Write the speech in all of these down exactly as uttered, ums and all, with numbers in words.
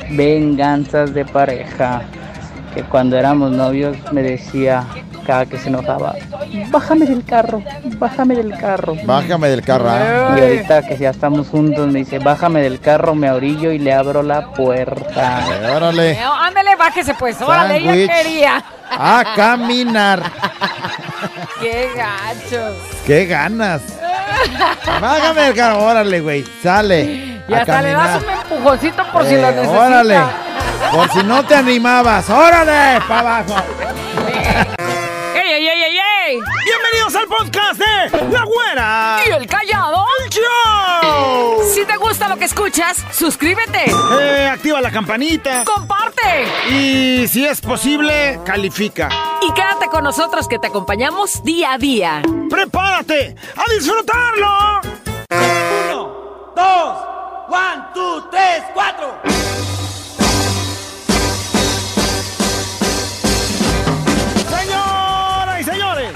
venganzas de pareja. Que cuando éramos novios me decía, cada que se enojaba, bájame del carro, bájame del carro. Bájame del carro. Y ahorita que ya estamos juntos me dice, bájame del carro, me orillo y le abro la puerta. Eh, órale. Eh, ándale, bájese pues, órale, ella Sándwich. quería. A caminar. Qué gacho. ¡Qué ganas! Bájame del carro, órale, güey, sale. Y a hasta le das caminar. un empujoncito por si Eh, lo necesita. Órale, por si no te animabas, órale, para abajo. ¡Ey, ey, ey, ey, ey! Bienvenidos al podcast de La Güera. ¿Y el Callado? ¡Show! Si te gusta lo que escuchas, suscríbete. Eh, activa la campanita. Comparte. Y si es posible, califica. Y quédate con nosotros que te acompañamos día a día. ¡Prepárate a disfrutarlo! Uno, dos, one, two, tres, cuatro. Señoras y señores,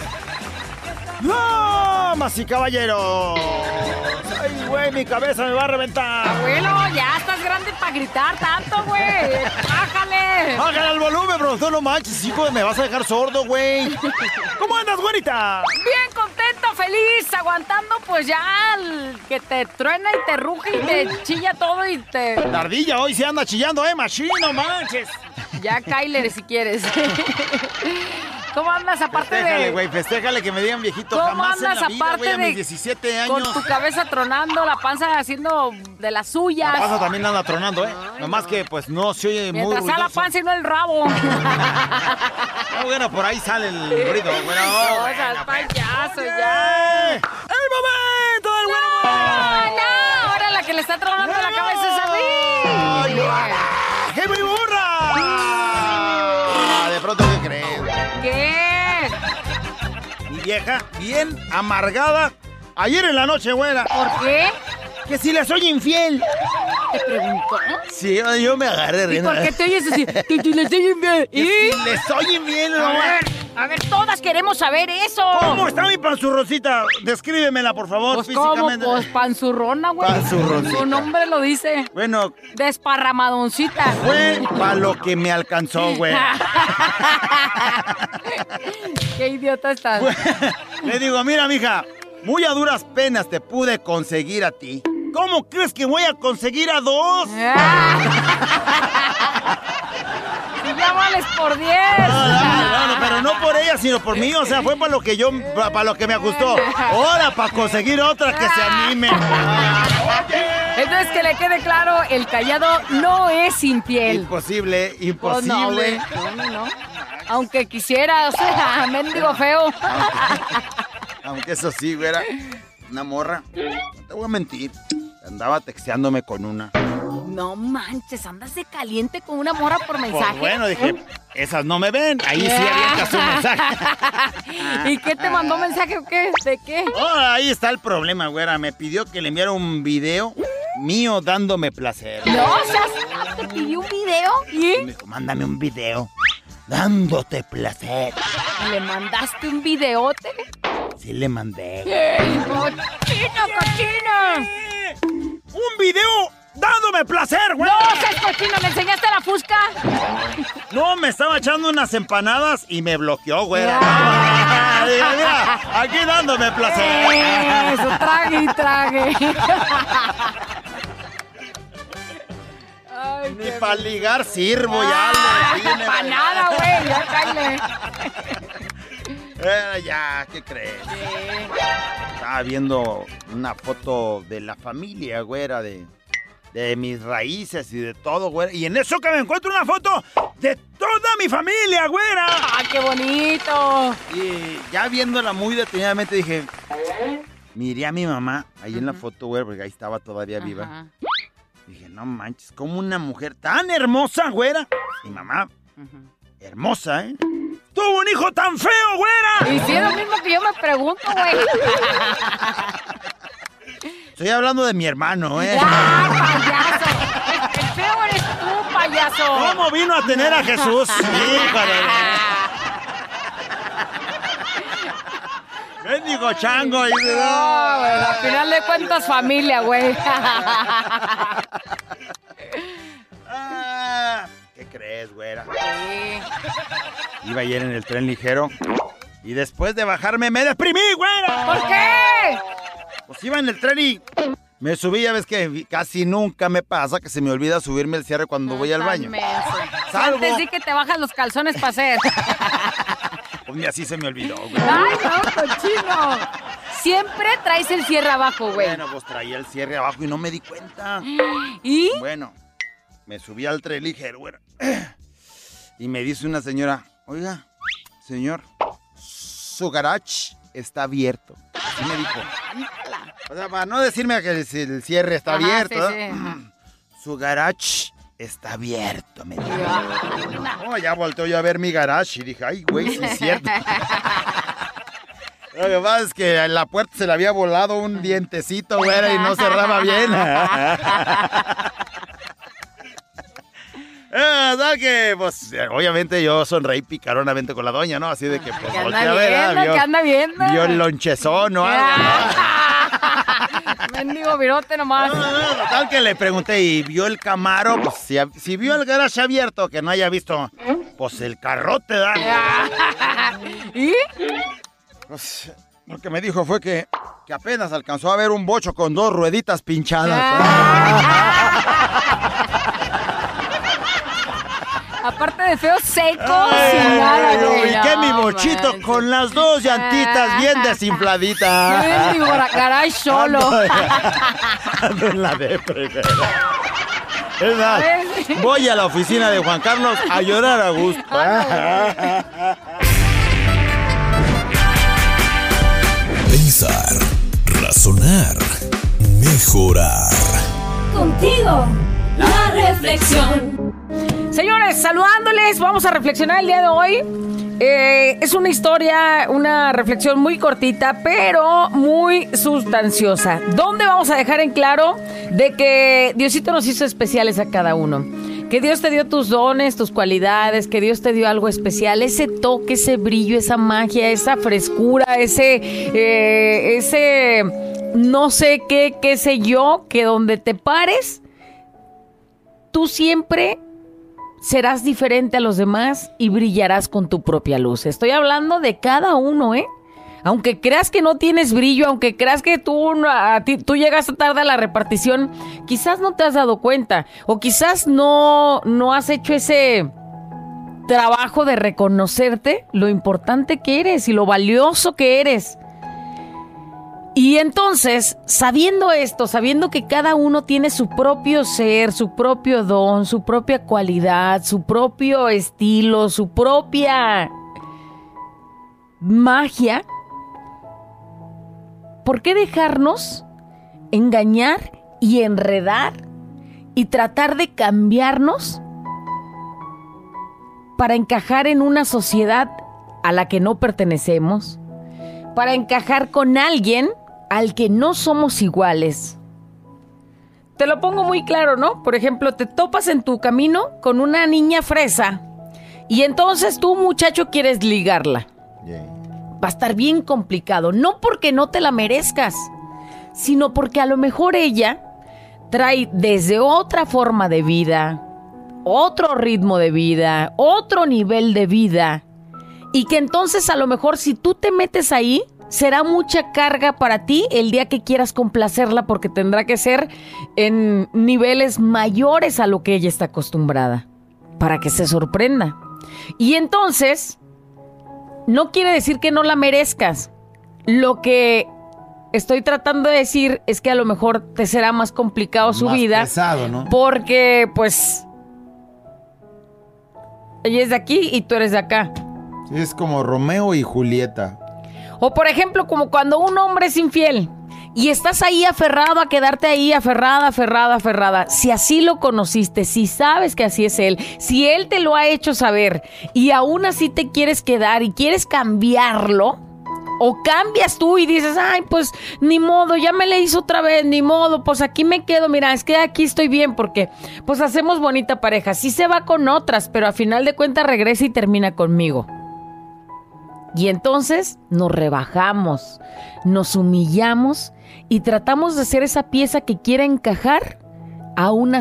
damas y caballeros. Ay, güey, mi cabeza me va a reventar. Abuelo, ya estás grande para gritar tanto, güey. Bájale. Bájale al volumen, bro. No manches, hijo, me vas a dejar sordo, güey. ¿Cómo andas, güerita? Bien contento, feliz, aguantando pues ya el que te truena y te ruge y te chilla todo y te... La ardilla hoy se anda chillando, eh, machino, manches. Ya cáile si quieres. ¿Cómo andas aparte Festéjale, de...? güey, festéjale que me digan viejito. ¿Cómo Jamás en andas la vida, aparte güey, a de- mis diecisiete años. Con tu cabeza tronando, la panza haciendo de las suyas. La panza también anda tronando, ¿eh? Nomás que, pues, no se oye muy Mientras sea la ruidoso. panza y no el rabo. Ah, bueno, por ahí sale el ruido. Bueno, No, bueno, seas pues. payaso ya. ¡Eh! ¡El momento del bueno! No, no, ahora la que le está tronando la cabeza es a ¡Ay, mí. no! ¡Qué muy burra! Ah, de pronto, ¿qué crees? ¿Qué? Mi vieja, bien amargada. Ayer en la noche, güera. ¿Por qué? Que si le soy infiel. ¿Te preguntó? Sí, yo me agarré ¿Y riendo. por qué te oyes así? Que tú le estoy bien. Que ¿Y? si le soy infiel, A no. ver, a ver, todas queremos saber eso. ¿Cómo está mi panzurrosita? Descríbemela, por favor, Pues cómo, físicamente. pues panzurrona, güey. Panzurroncita. Tu nombre lo dice. Bueno, Desparramadoncita. fue para lo que me alcanzó, güey. Qué idiota estás. Le digo, mira, mija, muy a duras penas te pude conseguir a ti. ¿Cómo crees que voy a conseguir a dos? Y ya vales por diez. No, no, no, pero no por ella, sino por mí. O sea, fue para lo que yo, para lo que me ajustó. Ahora, para conseguir otra que se anime. Entonces, que le quede claro, el Callado no es infiel. Imposible, Pues imposible. no, güey. No, no, no. Aunque quisiera, o sea, mendigo feo. Aunque eso sí, güey, era una morra. No te voy a mentir. Andaba texteándome con una. No manches, andas de caliente con una morra por mensaje. Pues bueno, dije, esas no me ven. Ahí sí avientas un mensaje. ¿Y qué te mandó mensaje o qué? ¿De qué? Oh, ahí está el problema, güera. Me pidió que le enviara un video mío dándome placer. No, seas... ¿Te pidió un video? Y ¿Y? me dijo, mándame un video dándote placer. ¿Le mandaste un videote? Sí le mandé. ¡Cochino, cochino! ¡Un video dándome placer, güey! ¡No seas cochino! ¿Le enseñaste la fusca? No, me estaba echando unas empanadas y me bloqueó, güera. Ah, diga, mira, aquí dándome placer. Eso, trague y trague. Ay, Ni qué... para ligar sirvo ya. Ah, le tiene, para nada, güey. Ya cállate. Eh, ya, ¿qué crees? Estaba viendo una foto de la familia, güera, de, de mis raíces y de todo, güera. Y en eso que me encuentro una foto de toda mi familia, güera. ¡Ah, qué bonito! Y ya viéndola muy detenidamente dije, miré a mi mamá ahí en la foto, güera, porque ahí estaba todavía viva. Ajá. Dije, no manches, como una mujer tan hermosa, güera. Mi mamá, hermosa, ¿eh? ¡Tuvo un hijo tan feo, güera! Y sí, es lo mismo que yo me pregunto, güey. Estoy hablando de mi hermano, ¿eh? ¡Ah, payaso! El feo eres tú, payaso. ¿Cómo vino a tener a Jesús? Híjole. Mendigo chango. Y... No, güey, al final de cuentas familia, güey. crees, güera? Sí. Iba ayer en el tren ligero y después de bajarme me deprimí, güera. ¿Por qué? Pues iba en el tren y me subí, ya ves que casi nunca me pasa que se me olvida subirme el cierre cuando voy al baño. Salgo. Antes sí que te bajas los calzones para hacer. Pues ni así se me olvidó, güey. Ay, no, cochino. Siempre traes el cierre abajo, güey. Bueno, pues traía el cierre abajo y no me di cuenta. ¿Y? Bueno, me subí al tren ligero, güey. Y me dice una señora, oiga, señor, su garage está abierto. Así me dijo. O sea, para no decirme que el, el cierre está Ajá, abierto. sí, sí. Su garage está abierto, me dijo. No, ya volteó yo a ver mi garage y dije, ay, güey, sí es cierto. Lo que pasa es que en la puerta se le había volado un dientecito, güey, y no cerraba bien. Eh, ¿sabes qué? Pues obviamente yo sonreí picaronamente con la doña, ¿no? Así de que pues ¿Qué volteé anda a ver, viendo? ¿eh? Vio, ¿Qué anda viendo? vio el lonchezón o algo. Mendigo virote nomás. No, no, no, total que le pregunté, ¿y vio el Camaro? Pues si, si vio el garage abierto, que no haya visto, pues el carrote, ¿da? ¿Y? Pues lo que me dijo fue que, que apenas alcanzó a ver un bocho con dos rueditas pinchadas. Aparte de feo, seco, Ay, sin nada, lo güey. ubiqué No, mi bochito manches. con las dos llantitas bien desinfladitas. Qué mendigo garage solo. Ando, ando en la depre, güey. Es más, voy a la oficina de Juan Carlos a llorar a gusto. Pensar, razonar, mejorar. Contigo, la reflexión. Señores, saludándoles, vamos a reflexionar el día de hoy. Eh, es una historia, una reflexión muy cortita, pero muy sustanciosa. Donde vamos a dejar en claro de que Diosito nos hizo especiales a cada uno. Que Dios te dio tus dones, tus cualidades, que Dios te dio algo especial, ese toque, ese brillo, esa magia, esa frescura, ese, eh, ese, no sé qué, qué sé yo, que donde te pares, tú siempre serás diferente a los demás y brillarás con tu propia luz. Estoy hablando de cada uno, ¿eh? Aunque creas que no tienes brillo, aunque creas que tú, a ti, tú llegaste tarde a la repartición, quizás no te has dado cuenta, o quizás no, no has hecho ese trabajo de reconocerte lo importante que eres y lo valioso que eres. Y entonces, sabiendo esto, sabiendo que cada uno tiene su propio ser, su propio don, su propia cualidad, su propio estilo, su propia magia, ¿por qué dejarnos engañar y enredar y tratar de cambiarnos para encajar en una sociedad a la que no pertenecemos? Para encajar con alguien al que no somos iguales. Te lo pongo muy claro, ¿no? Por ejemplo, te topas en tu camino con una niña fresa y entonces tú, muchacho, quieres ligarla. Yeah. Va a estar bien complicado, no porque no te la merezcas, sino porque a lo mejor ella trae desde otra forma de vida, otro ritmo de vida, otro nivel de vida, y que entonces a lo mejor si tú te metes ahí, será mucha carga para ti el día que quieras complacerla, porque tendrá que ser en niveles mayores a lo que ella está acostumbrada, para que se sorprenda. Y entonces, no quiere decir que no la merezcas. Lo que estoy tratando de decir es que a lo mejor te será más complicado su Más vida. pesado, ¿no? Porque, pues, ella es de aquí y tú eres de acá. Sí, es como Romeo y Julieta. O por ejemplo, como cuando un hombre es infiel y estás ahí aferrado a quedarte ahí, aferrada, aferrada, aferrada. Si así lo conociste, si sabes que así es él, si él te lo ha hecho saber y aún así te quieres quedar y quieres cambiarlo, o cambias tú y dices, ay, pues ni modo, ya me le hizo otra vez, ni modo, pues aquí me quedo, mira, es que aquí estoy bien porque pues hacemos bonita pareja. Sí se va con otras, pero a final de cuentas regresa y termina conmigo. Y entonces nos rebajamos, nos humillamos y tratamos de ser esa pieza que quiera encajar. Aún así,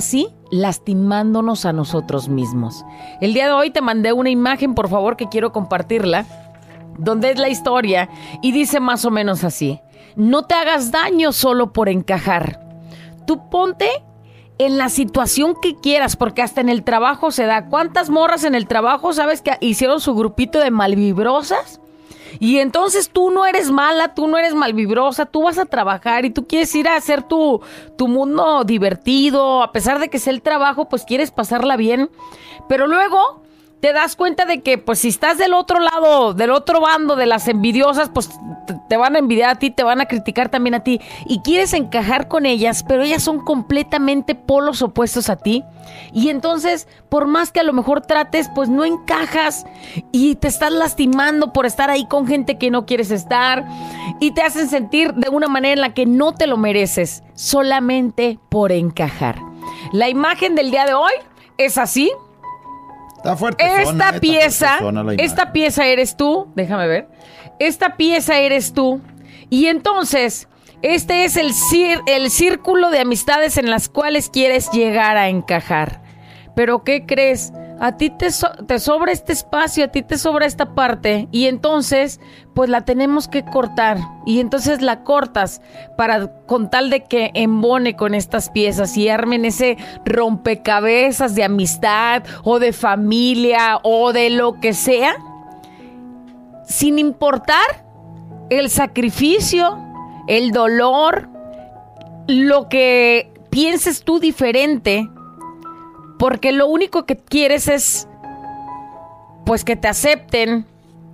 lastimándonos a nosotros mismos. El día de hoy te mandé una imagen, por favor, que quiero compartirla, donde es la historia y dice más o menos así: no te hagas daño solo por encajar. Tú ponte en la situación que quieras, porque hasta en el trabajo se da. ¿Cuántas morras en el trabajo sabes que hicieron su grupito de malvibrosas? Y entonces tú no eres mala, tú no eres malvibrosa, tú vas a trabajar y tú quieres ir a hacer tu, tu mundo divertido. A pesar de que sea el trabajo, pues quieres pasarla bien. Pero luego te das cuenta de que, pues, si estás del otro lado, del otro bando de las envidiosas, pues te, te van a envidiar a ti, te van a criticar también a ti. Y quieres encajar con ellas, pero ellas son completamente polos opuestos a ti. Y entonces, por más que a lo mejor trates, pues no encajas y te estás lastimando por estar ahí con gente que no quieres estar. Y te hacen sentir de una manera en la que no te lo mereces, solamente por encajar. La imagen del día de hoy es así. Está fuerte. Esta pieza, esta pieza eres tú, déjame ver. Esta pieza eres tú. Y entonces, este es el, cir- el círculo de amistades en las cuales quieres llegar a encajar. Pero ¿qué crees? A ti te, so- te sobra este espacio, a ti te sobra esta parte. Y entonces, pues la tenemos que cortar. Y entonces la cortas para, con tal de que embone con estas piezas y armen ese rompecabezas de amistad o de familia o de lo que sea. Sin importar el sacrificio, el dolor, lo que pienses tú diferente. Porque lo único que quieres es, pues, que te acepten,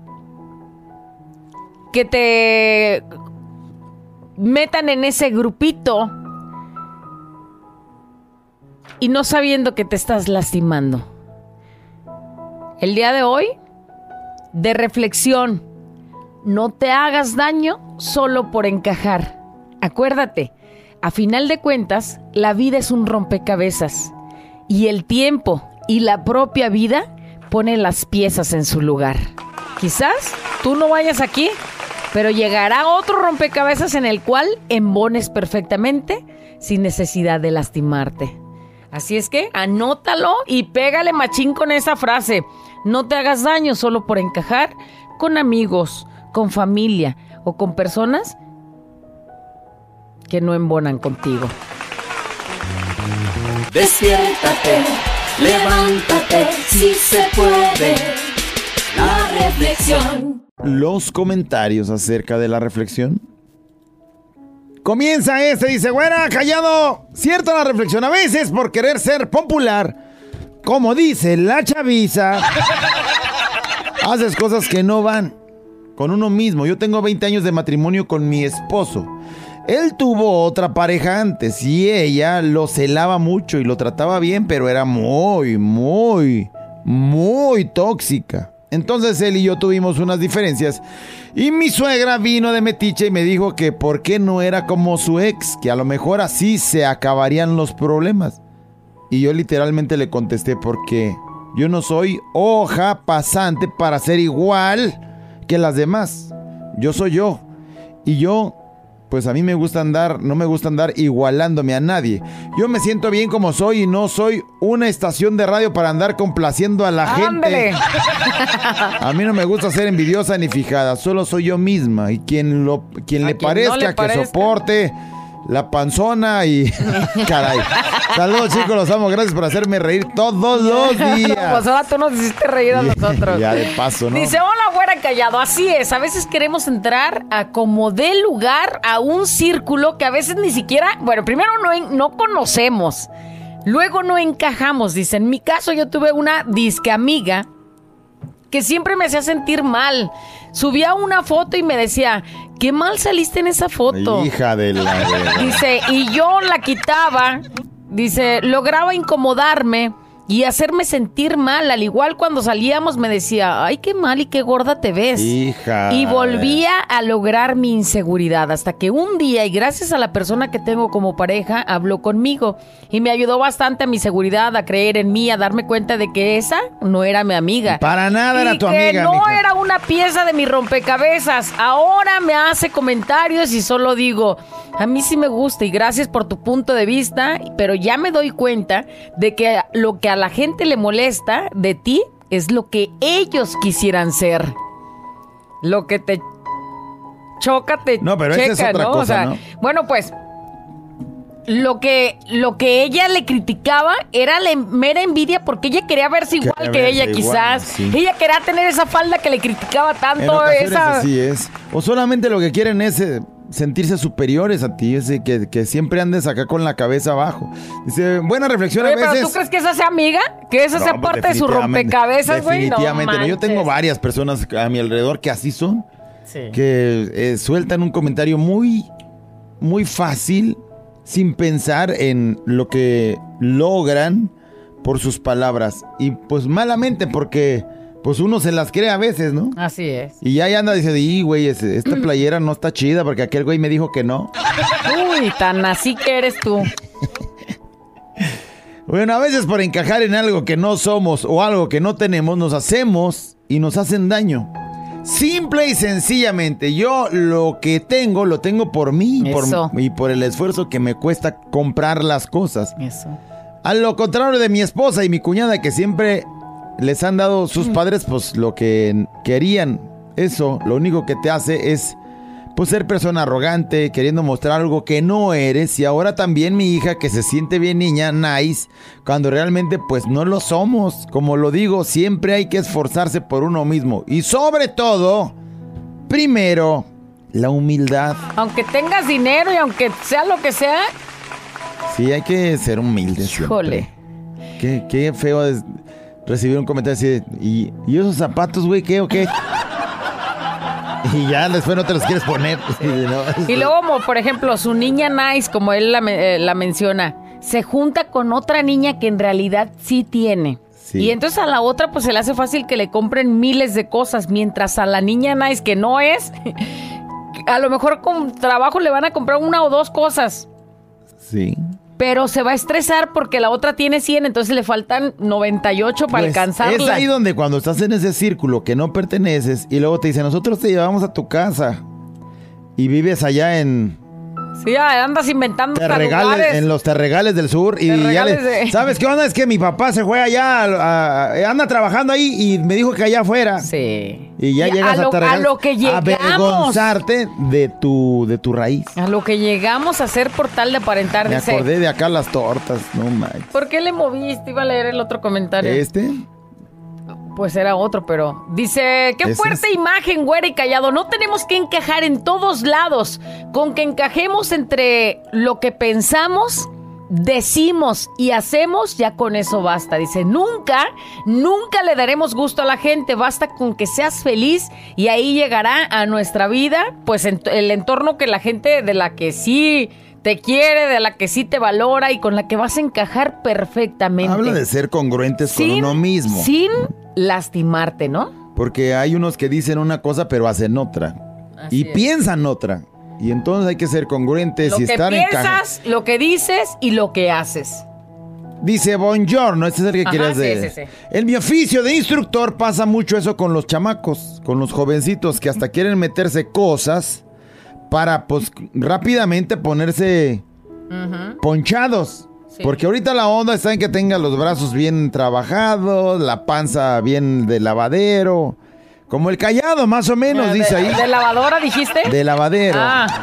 que te metan en ese grupito y no sabiendo que te estás lastimando. El día de hoy, de reflexión, no te hagas daño solo por encajar. Acuérdate, a final de cuentas, la vida es un rompecabezas. Y el tiempo y la propia vida ponen las piezas en su lugar. Quizás tú no vayas aquí, pero llegará otro rompecabezas en el cual embones perfectamente sin necesidad de lastimarte. Así es que anótalo y pégale machín con esa frase. No te hagas daño solo por encajar con amigos, con familia o con personas que no embonan contigo. Despiértate, levántate, si se puede. La reflexión. Los comentarios acerca de la reflexión. Comienza este, dice: güera, callado. Cierta la reflexión, a veces por querer ser popular, como dice la chaviza, haces cosas que no van con uno mismo. Yo tengo veinte años de matrimonio con mi esposo. Él tuvo otra pareja antes y ella lo celaba mucho y lo trataba bien, pero era muy, muy, muy tóxica. Entonces él y yo tuvimos unas diferencias y mi suegra vino de metiche y me dijo que por qué no era como su ex, que a lo mejor así se acabarían los problemas. Y yo literalmente le contesté: porque yo no soy hoja pasante para ser igual que las demás. Yo soy yo. Y yo, pues a mí me gusta andar, no me gusta andar igualándome a nadie. Yo me siento bien como soy y no soy una estación de radio para andar complaciendo a la ¡Ándale! gente. A mí no me gusta ser envidiosa ni fijada, solo soy yo misma. Y quien, lo, quien le quien parezca no le que parezca. soporte la panzona y... Caray. Saludos, chicos, los amo. Gracias por hacerme reír todos los días. Pues ahora tú nos hiciste reír a nosotros. Ya de paso, ¿no? Dice: hola, güera, callado. Así es, a veces queremos entrar a como dé lugar a un círculo que a veces ni siquiera, bueno, primero no, en- no conocemos, luego no encajamos. Dice: en mi caso yo tuve una disque amiga que siempre me hacía sentir mal. Subía una foto y me decía: qué mal saliste en esa foto. Hija de la... Dice, y yo la quitaba, dice, lograba incomodarme y hacerme sentir mal. Al igual cuando salíamos me decía, ay, qué mal y qué gorda te ves. Hija. Y volvía a lograr mi inseguridad hasta que un día, y gracias a la persona que tengo como pareja, habló conmigo y me ayudó bastante a mi seguridad, a creer en mí, a darme cuenta de que esa no era mi amiga. Para nada y era tu que amiga, no mija. era una pieza de mi rompecabezas. Ahora me hace comentarios y solo digo, a mí sí me gusta y gracias por tu punto de vista, pero ya me doy cuenta de que lo que a la gente le molesta de ti es lo que ellos quisieran ser. Lo que te choca, te No, pero checa, esa es otra ¿no? cosa, O sea, ¿no? bueno, pues lo que, lo que ella le criticaba era la mera envidia porque ella quería verse igual Quería que verse ella, igual, quizás. sí. Ella quería tener esa falda que le criticaba En tanto. ocasiones Esa... así es. O solamente lo que quieren es eh, sentirse superiores a ti, ese que, que siempre andes acá con la cabeza ababajo. Dice, buena reflexión Oye, a veces. pero ¿tú crees que esa sea amiga? ¿Que esa sea No, parte pues, de su definitivamente, rompecabezas, güey? No Definitivamente, no, yo tengo manches. varias personas a mi alrededor que así son, Sí. que eh, sueltan un comentario muy, muy fácil, sin pensar en lo que logran por sus palabras. Y pues malamente, porque pues uno se las cree a veces, ¿no? Así es. Y ya anda diciendo, y güey, ese- esta playera no está chida porque aquel güey me dijo que no. Uy, tan así que eres tú. Bueno, a veces por encajar en algo que no somos o algo que no tenemos, nos hacemos y nos hacen daño. Simple y sencillamente, yo lo que tengo, lo tengo por mí y por, Eso. y por el esfuerzo que me cuesta comprar las cosas. Eso. A lo contrario de mi esposa y mi cuñada, que siempre les han dado sus padres pues lo que querían. Eso lo único que te hace es pues ser persona arrogante, queriendo mostrar algo que no eres. Y ahora también mi hija, que se siente bien niña, nice, cuando realmente pues no lo somos. Como lo digo, siempre hay que esforzarse por uno mismo. Y sobre todo, primero, la humildad. Aunque tengas dinero y aunque sea lo que sea, Sí, hay que ser humilde siempre. híjole. Qué, qué feo es recibir un comentario así de, ¿y, ¿y esos zapatos, güey, qué o qué? Y ya después no te los quieres poner. No, Y luego, como por ejemplo, su niña nice, como él la, me- eh, la menciona, se junta con otra niña que en realidad sí tiene. Sí. Y entonces a la otra pues se le hace fácil que le compren miles de cosas, mientras a la niña nice que no es, a lo mejor con trabajo le van a comprar una o dos cosas. Sí. Pero se va a estresar porque la otra tiene cien, entonces le faltan noventa y ocho para Pues, alcanzarla. es ahí donde cuando estás en ese círculo que no perteneces y luego te dicen, nosotros te llevamos a tu casa y vives allá en Sí, andas inventando hasta Terregales, lugares. en los Terregales del Sur y ya le, Terregales de- ¿sabes qué onda? Es que mi papá se fue allá, a- a- anda trabajando ahí y me dijo que allá afuera. Sí. Y ya Y llegas a a, lo- Terregales a lo que llegamos. avergonzarte de tu, de tu raíz. A lo que llegamos a hacer por tal de aparentar, Me dice. acordé de acá las tortas, no manches. ¿Por qué le moviste? Iba a leer el otro comentario. ¿Este? Pues era otro, pero dice, qué ¿Ese fuerte es? imagen, güera y callado. No tenemos que encajar en todos lados. Con que encajemos entre lo que pensamos, decimos y hacemos, ya con eso basta. Dice, nunca, nunca le daremos gusto a la gente. Basta con que seas feliz y ahí llegará a nuestra vida, pues en el entorno que la gente de la que sí te quiere, de la que sí te valora y con la que vas a encajar perfectamente. Habla de ser congruentes con uno mismo. Sin lastimarte, ¿no? Porque hay unos que dicen una cosa pero hacen otra. Así y es. piensan otra. Y entonces hay que ser congruentes Lo y que estar en caja. piensas, lo que dices y lo que haces. Dice Buongiorno, este es el que Ajá, querías sí, de... sí, sí. En mi oficio de instructor pasa mucho eso con los chamacos, con los jovencitos que hasta quieren meterse cosas para pues rápidamente ponerse ponchados. Sí. Porque ahorita la onda está en que tenga los brazos bien trabajados, la panza bien de lavadero, como el Callado más o menos, Ah, dice de, ahí. ¿De lavadora dijiste? De lavadero.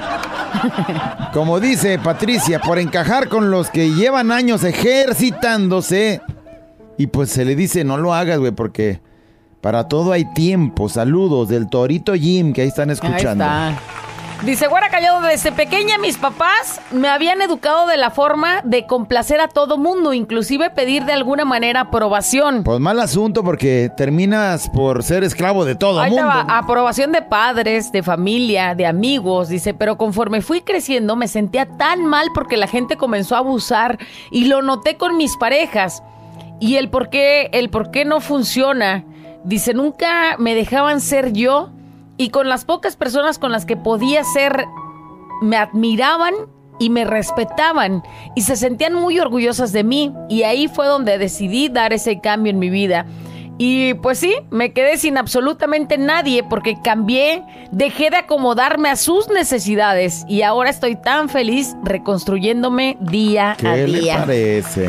Ah, Como dice Patricia, por encajar con los que llevan años ejercitándose. Y pues se le dice, no lo hagas, güey, porque para todo hay tiempo. Saludos del Torito Jim, que ahí están escuchando. ahí está. Dice, güera callado, desde pequeña mis papás me habían educado de la forma de complacer a todo mundo, inclusive pedir de alguna manera aprobación. Pues mal asunto porque terminas por ser esclavo de todo Ahí mundo. te va, aprobación de padres, de familia, de amigos, dice, pero conforme fui creciendo me sentía tan mal porque la gente comenzó a abusar y lo noté con mis parejas. Y el por qué, el por qué no funciona. Dice, nunca me dejaban ser yo y con las pocas personas con las que podía ser, me admiraban y me respetaban y se sentían muy orgullosas de mí. Y ahí fue donde decidí dar ese cambio en mi vida. Y pues sí, me quedé sin absolutamente nadie porque cambié, dejé de acomodarme a sus necesidades y ahora estoy tan feliz reconstruyéndome día a ¿Qué le día. parece?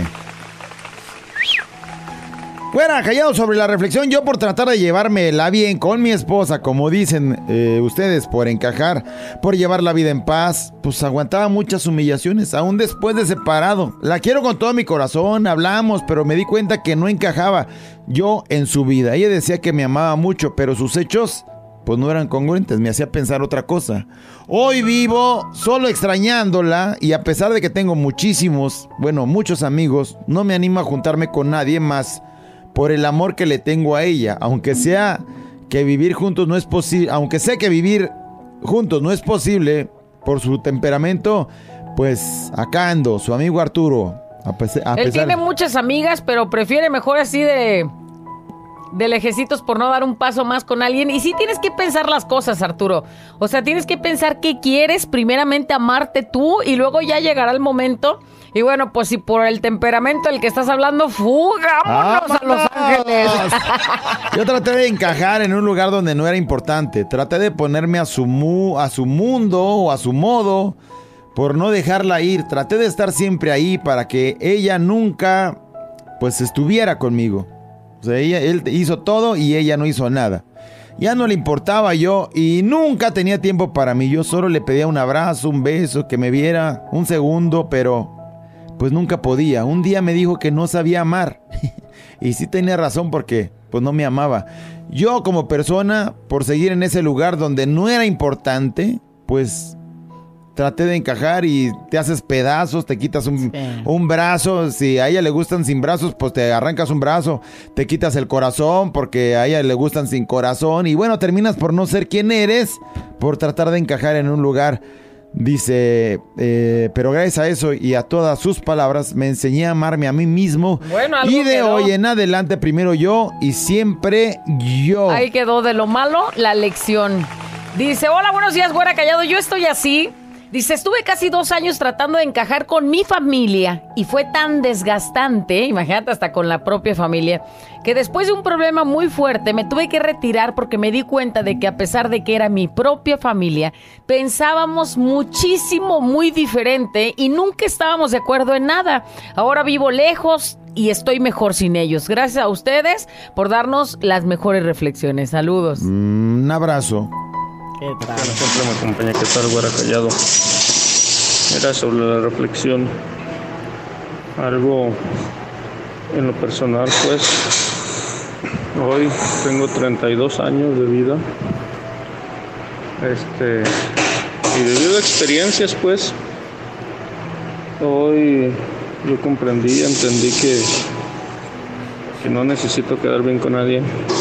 Fuera, callado sobre la reflexión, yo por tratar de llevármela bien con mi esposa, como dicen eh, ustedes, por encajar, por llevar la vida en paz, pues aguantaba muchas humillaciones, aún después de separado. La quiero con todo mi corazón, hablamos, pero me di cuenta que no encajaba yo en su vida. Ella decía que me amaba mucho, pero sus hechos pues no eran congruentes, me hacía pensar otra cosa. Hoy vivo solo extrañándola y a pesar de que tengo muchísimos, bueno, muchos amigos, no me animo a juntarme con nadie más por el amor que le tengo a ella, aunque sea que vivir juntos no es posible, aunque sé que vivir juntos no es posible por su temperamento, pues acá ando, su amigo Arturo. A pesar, a Él pesar... tiene muchas amigas, pero prefiere mejor así de, de lejecitos por no dar un paso más con alguien. Y sí tienes que pensar las cosas, Arturo. O sea, tienes que pensar qué quieres, primeramente amarte tú y luego ya llegará el momento. Y bueno, pues si por el temperamento del que estás hablando, fugámonos a Los Ángeles. Yo traté de encajar en un lugar donde no era importante. Traté de ponerme a su, mu a su mundo o a su modo por no dejarla ir. Traté de estar siempre ahí para que ella nunca pues estuviera conmigo. O sea, ella, él hizo todo y ella no hizo nada. Ya no le importaba yo y nunca tenía tiempo para mí. Yo solo le pedía un abrazo, un beso, que me viera un segundo, pero pues nunca podía. Un día me dijo que no sabía amar. Y sí tenía razón porque pues no me amaba. Yo como persona, por seguir en ese lugar donde no era importante, pues traté de encajar y te haces pedazos, te quitas un, sí. un brazo. Si a ella le gustan sin brazos, pues te arrancas un brazo. Te quitas el corazón porque a ella le gustan sin corazón. Y bueno, terminas por no ser quien eres, por tratar de encajar en un lugar. Dice, eh, pero gracias a eso y a todas sus palabras me enseñé a amarme a mí mismo. Bueno, y de quedó. hoy en adelante primero yo y siempre yo. Ahí quedó de lo malo la lección. Dice, hola, buenos días, güera callado. Yo estoy así. Dice, estuve casi dos años tratando de encajar con mi familia y fue tan desgastante, imagínate, hasta con la propia familia, que después de un problema muy fuerte me tuve que retirar porque me di cuenta de que a pesar de que era mi propia familia, pensábamos muchísimo, muy diferente y nunca estábamos de acuerdo en nada. Ahora vivo lejos y estoy mejor sin ellos. Gracias a ustedes por darnos las mejores reflexiones. Saludos. Mm, un abrazo. ¿Qué tal? Siempre me acompaña. ¿Qué tal, güera callado? Mira, sobre la reflexión, algo en lo personal, pues, hoy tengo treinta y dos años de vida, este, y debido a experiencias, pues, hoy yo comprendí, entendí que, que no necesito quedar bien con nadie.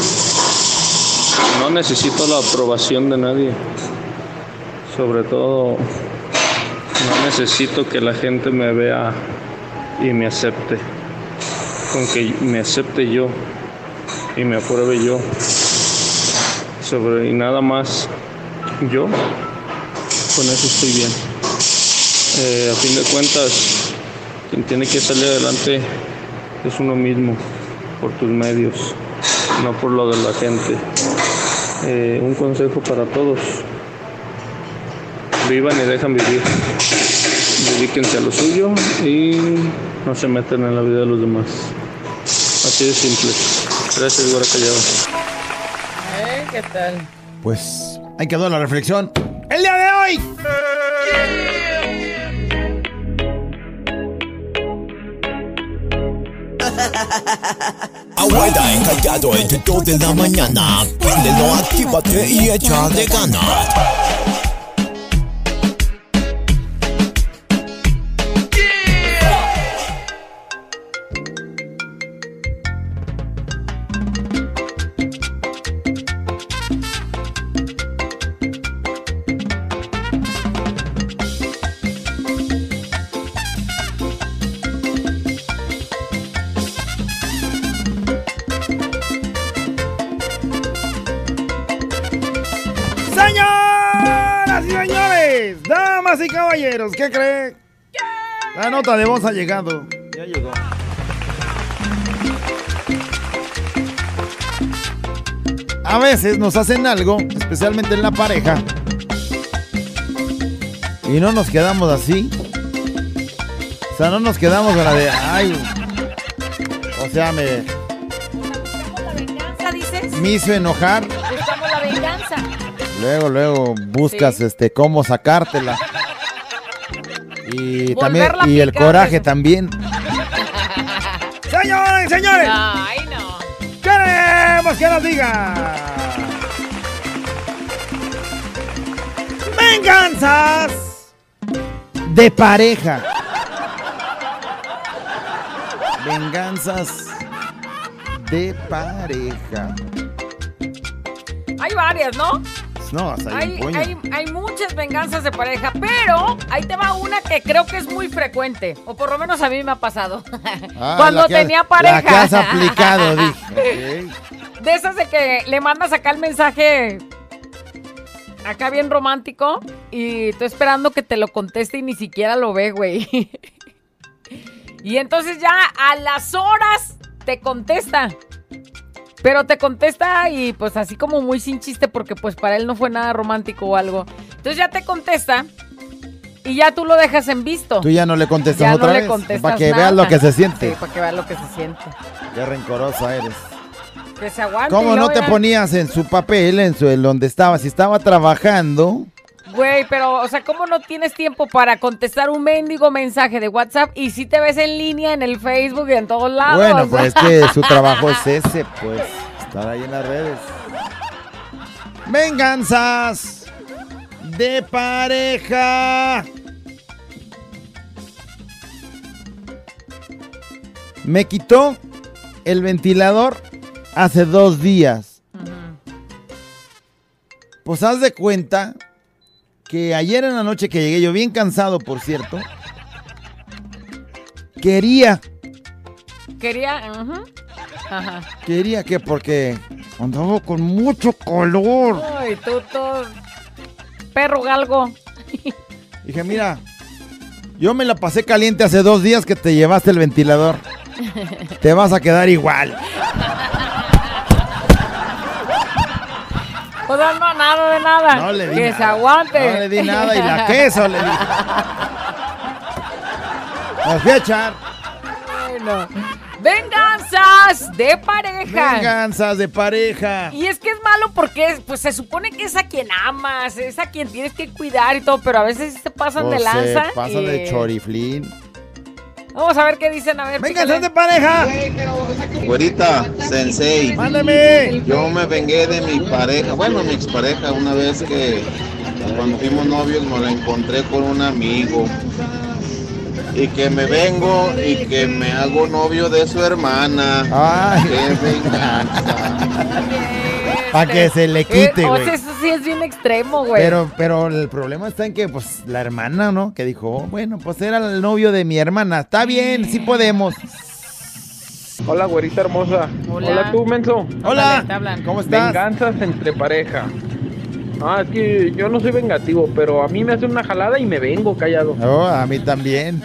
No necesito la aprobación de nadie. Sobre todo, no necesito que la gente me vea y me acepte. Con que me acepte yo y me apruebe yo. Sobre y nada más yo, con eso estoy bien. Eh, a fin de cuentas, quien tiene que salir adelante es uno mismo, por tus medios, no por lo de la gente. Eh, un consejo para todos: vivan y dejan vivir, dedíquense a lo suyo y no se metan en la vida de los demás. Así de simple. Gracias, güera callado. ¿Eh? ¿Qué tal? Pues ahí quedó la reflexión el día de hoy. Abuela encallado entre dos de la mañana. Préndelo, actívate y échale ganas. Damas y caballeros, ¿qué cree? La nota de voz ha llegado. Ya llegó. A veces nos hacen algo, especialmente en la pareja, y no nos quedamos así. O sea, no nos quedamos con la de, ay, o sea, me, ¿Buscamos la venganza, dices? me hizo enojar. Buscamos la venganza. Luego, luego buscas Sí. este cómo sacártela. Y Volverla también, a y el picar, coraje eso. también. Señores y señores, Ay, no. queremos que nos diga. Venganzas de pareja. Venganzas de pareja. Hay varias, ¿no? No, hasta hay un Hay, puño. hay, hay muchas venganzas de pareja, pero ahí te va una que creo que es muy frecuente, o por lo menos a mí me ha pasado. Ah, Cuando la que- tenía pareja. La que has aplicado, dije. Ok. De esas de que le mandas acá el mensaje acá bien romántico y tú esperando que te lo conteste y ni siquiera lo ve, güey. Y entonces ya a las horas te contesta. Pero te contesta y pues así como muy sin chiste porque pues para él no fue nada romántico o algo. Entonces ya te contesta y ya tú lo dejas en visto. Tú ya no le contestas Ya otra no le vez. contestas Para que nada. veas lo que se siente. Sí, para que veas lo que se siente. Qué rencorosa eres. Que se aguante. ¿Cómo y no luego te ya- ponías en su papel, en su en donde estaba? Si estaba trabajando. Güey, pero, o sea, ¿cómo no tienes tiempo para contestar un mendigo mensaje de WhatsApp y si te ves en línea en el Facebook y en todos lados? Bueno, pues es que su trabajo es ese, pues, estar ahí en las redes. Venganzas de pareja. Me quitó el ventilador hace dos días. Pues haz de cuenta que ayer en la noche que llegué, yo bien cansado, por cierto, quería, Quería, ujú. Ajá. quería que porque andaba con mucho calor. Ay, tú, todo perro galgo. Dije, mira, yo me la pasé caliente hace dos días que te llevaste el ventilador. Te vas a quedar igual. O sea, no, nada de nada. No le di que nada. se aguante. No le di nada y la queso le di. Las fui a echar. Bueno. Venganzas de pareja. Venganzas de pareja. Y es que es malo porque pues se supone que es a quien amas, es a quien tienes que cuidar y todo, pero a veces se pasan Pues de lanza. se pasan y- de choriflín. Vamos a ver qué dicen, a ver. Venganzas chícale. de pareja. Güerita, sensei, Mándame. yo me vengué de mi pareja, bueno, mi expareja, una vez que cuando fuimos novios me la encontré con un amigo y que me vengo y que me hago novio de su hermana. Ay. ¡Qué venganza! Para que se le Eh, quite, o güey. sea, eso sí es bien extremo, güey. Pero, pero el problema está en que, pues, la hermana, ¿no? Que dijo, oh, bueno, pues era el novio de mi hermana. Está bien, sí podemos. Hola, güerita hermosa. Hola. Hola, tú, menso. Hola, Ándale, te hablan. ¿cómo estás? Venganzas entre pareja. Ah, es que yo no soy vengativo, pero a mí me hace una jalada y me vengo callado. Oh, a mí también.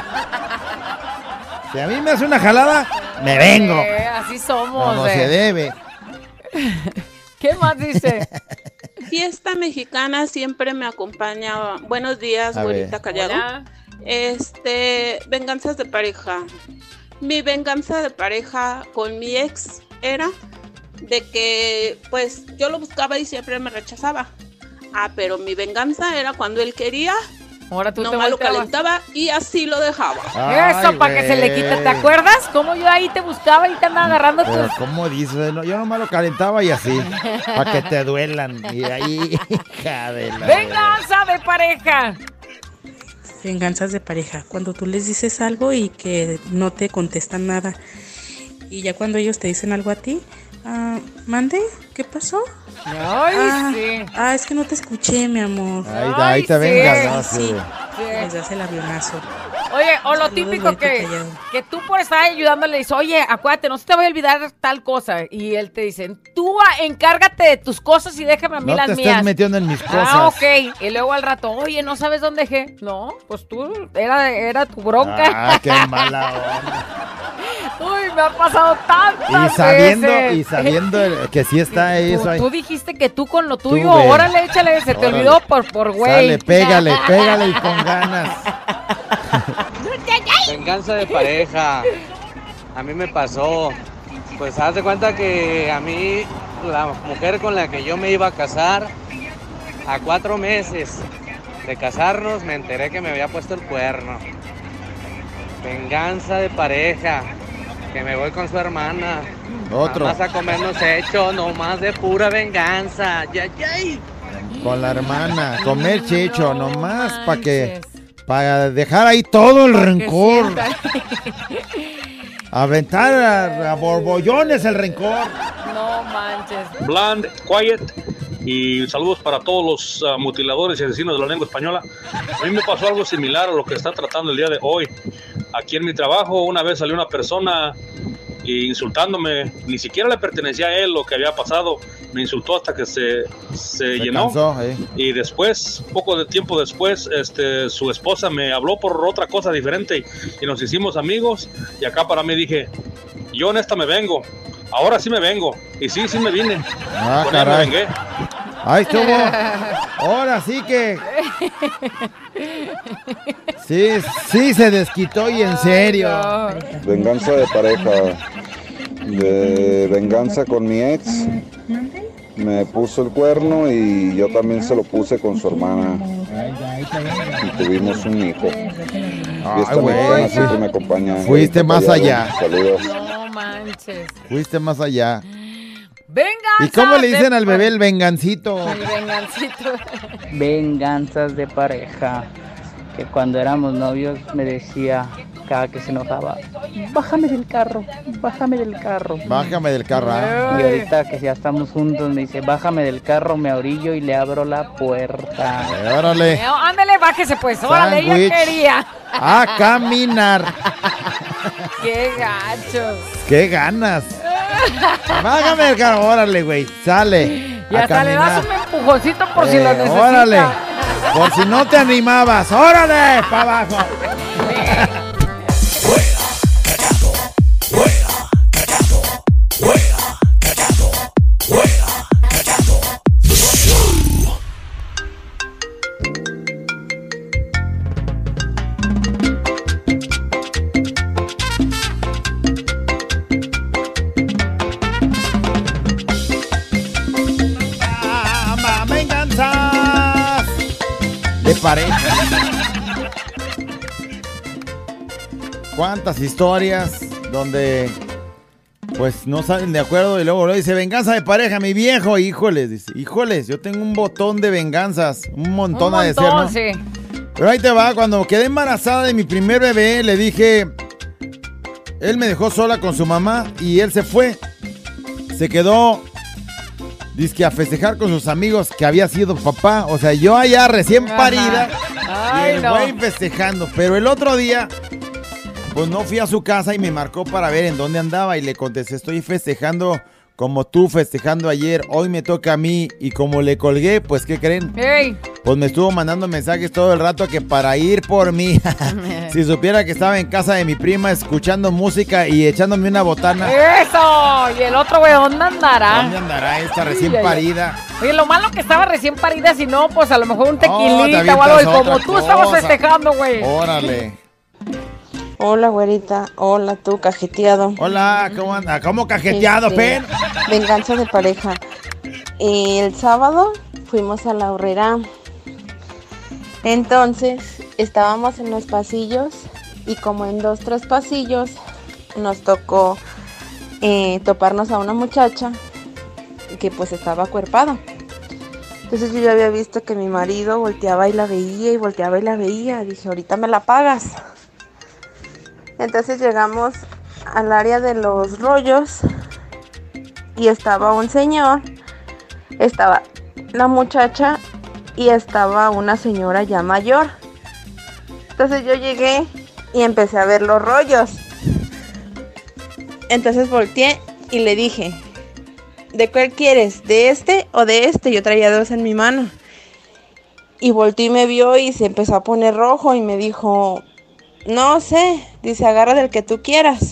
Si a mí me hace una jalada, me vengo. Eh, así somos, Como eh. se debe. ¿Qué más dice? Fiesta mexicana siempre me acompaña. Buenos días, A güerita ver. callado. Hola. Este, venganzas de pareja. Mi venganza de pareja con mi ex era de que, pues, yo lo buscaba y siempre me rechazaba. Ah, pero mi venganza era cuando él quería, Ahora tú te nomás lo volteabas. calentaba y así lo dejaba. Eso, Ay, para que se le quite. güey. ¿Te acuerdas? Cómo yo ahí te buscaba y te andaba agarrando Pero, tus... ¿cómo dices? No, yo nomás lo calentaba y así. Para que te duelan. Y ahí, hija de la... ¡Venganza de pareja! Venganzas de pareja, cuando tú les dices algo y que no te contestan nada. Y ya cuando ellos te dicen algo a ti, ah, ¿mande? ¿Qué pasó? Ay, ah, sí. ah, es que no te escuché, mi amor. Ahí, Ay, ahí te sí. vengas, ¿no? Sí, Sí. Sí. les das el avionazo. Oye, o lo típico que, que tú por estar ayudándole le dices, oye, acuérdate, no se te vaya a olvidar tal cosa. Y él te dice, tú ah, encárgate de tus cosas y déjame a mí No las te mías. estés metiendo en mis cosas. Ah, ok. Y luego al rato, oye, ¿no sabes dónde dejé? No, pues tú, era, era tu bronca. Ah, qué mala onda. Uy, me ha pasado tantas Y sabiendo, veces. y sabiendo el- que sí está eso Tú, ahí. tú dijiste que tú con lo tuyo, Tú ve. órale, échale, se te Órale. olvidó por, por güey. Sale, pégale, pégale y con ganas. Venganza de pareja. A mí me pasó. Pues haz de cuenta que a mí, la mujer con la que yo me iba a casar, a cuatro meses de casarnos, me enteré que me había puesto el cuerno. Venganza de pareja. Que me voy con su hermana. Otro. Más a comernos hecho, nomás de pura venganza. ¡Yay, yay! Con la hermana, comer checho, nomás para que, para dejar ahí todo el rencor. Aventar a, a borbollones el rencor. No manches. Bland, Quiet y saludos para todos los uh, mutiladores y asesinos de la lengua española. A mí me pasó algo similar a lo que está tratando el día de hoy. Aquí en mi trabajo una vez salió una persona insultándome, ni siquiera le pertenecía a él lo que había pasado, me insultó hasta que se, se, Se llenó. cansó, eh. Y después, poco de tiempo después, este, su esposa me habló por otra cosa diferente y, y nos hicimos amigos. Y acá para mí dije, yo en esta me vengo, ahora sí me vengo. Y sí, sí me vine. Ah, Con ella me caray. vengué. Ahí estuvo. Ahora sí que. Sí, sí se desquitó y en serio. Venganza de pareja. De venganza con mi ex. Me puso el cuerno y yo también se lo puse con su hermana. Y tuvimos un hijo. Y esta güey, mexicana sí. siempre me acompaña. Fuiste más Callado. allá. Saludos. No manches. Fuiste más allá. Venganza. ¿Y cómo le dicen de al bebé el vengancito? pa- El vengancito. Venganzas de pareja. Que cuando éramos novios me decía cada que se enojaba, bájame del carro, bájame del carro. Bájame del carro. ¿ah? Y ahorita que ya estamos juntos me dice, bájame del carro, me orillo y le abro la puerta. Eh, órale. Eh, ándale, bájese pues, órale, ella Sándwich. quería. A caminar. Qué gacho. ¡Qué ganas! Bájame del carro, órale, güey. Sale. Y a hasta le das caminar. un empujoncito por si Eh, lo necesita. Órale. Por si no te animabas. ¡Órale! ¡Para abajo! Venganzas de pareja. ¿Cuántas historias donde pues no salen de acuerdo y luego lo dice venganza de pareja, mi viejo? Híjoles, dice, híjoles, yo tengo un botón de venganzas, un montón, Un a decir, montón, ¿no? sí. Pero ahí te va, cuando quedé embarazada de mi primer bebé, le dije, él me dejó sola con su mamá y él se fue. Se quedó, dizque a festejar con sus amigos que había sido papá. O sea, yo allá recién Ajá. parida Ay, y el no. güey festejando. Pero el otro día, pues no fui a su casa y me marcó para ver en dónde andaba y le contesté, estoy festejando como tú festejando ayer, hoy me toca a mí. Y como le colgué, pues ¿qué creen? Ey. Pues me estuvo mandando mensajes todo el rato que para ir por mí. Si supiera que estaba en casa de mi prima escuchando música y echándome una botana. Eso. Y el otro, güey, ¿dónde andará? ¿Dónde andará esta recién Ay, ay, ay. parida? Oye, lo malo que estaba recién parida, si no, pues a lo mejor un te tequilita o algo. Y avientas como otra tú estabas cosa. festejando, güey. Órale. Hola, güerita. Hola, tú, cajeteado. Hola, ¿cómo anda? ¿Cómo cajeteado, Este, Pen? Venganza de pareja. El sábado fuimos a la horrera. Entonces, estábamos en los pasillos y como en dos, tres pasillos nos tocó eh, toparnos a una muchacha que pues estaba acuerpada. Entonces yo ya había visto que mi marido volteaba y la veía y volteaba y la veía. Dije, ahorita me la pagas. Entonces llegamos al área de los rollos y estaba un señor, estaba la muchacha y estaba una señora ya mayor. Entonces yo llegué y empecé a ver los rollos. Entonces volteé y le dije, ¿de cuál quieres? ¿De este o de este? Yo traía dos en mi mano. Y volteó y me vio y se empezó a poner rojo y me dijo, no sé, dice, agarra del que tú quieras.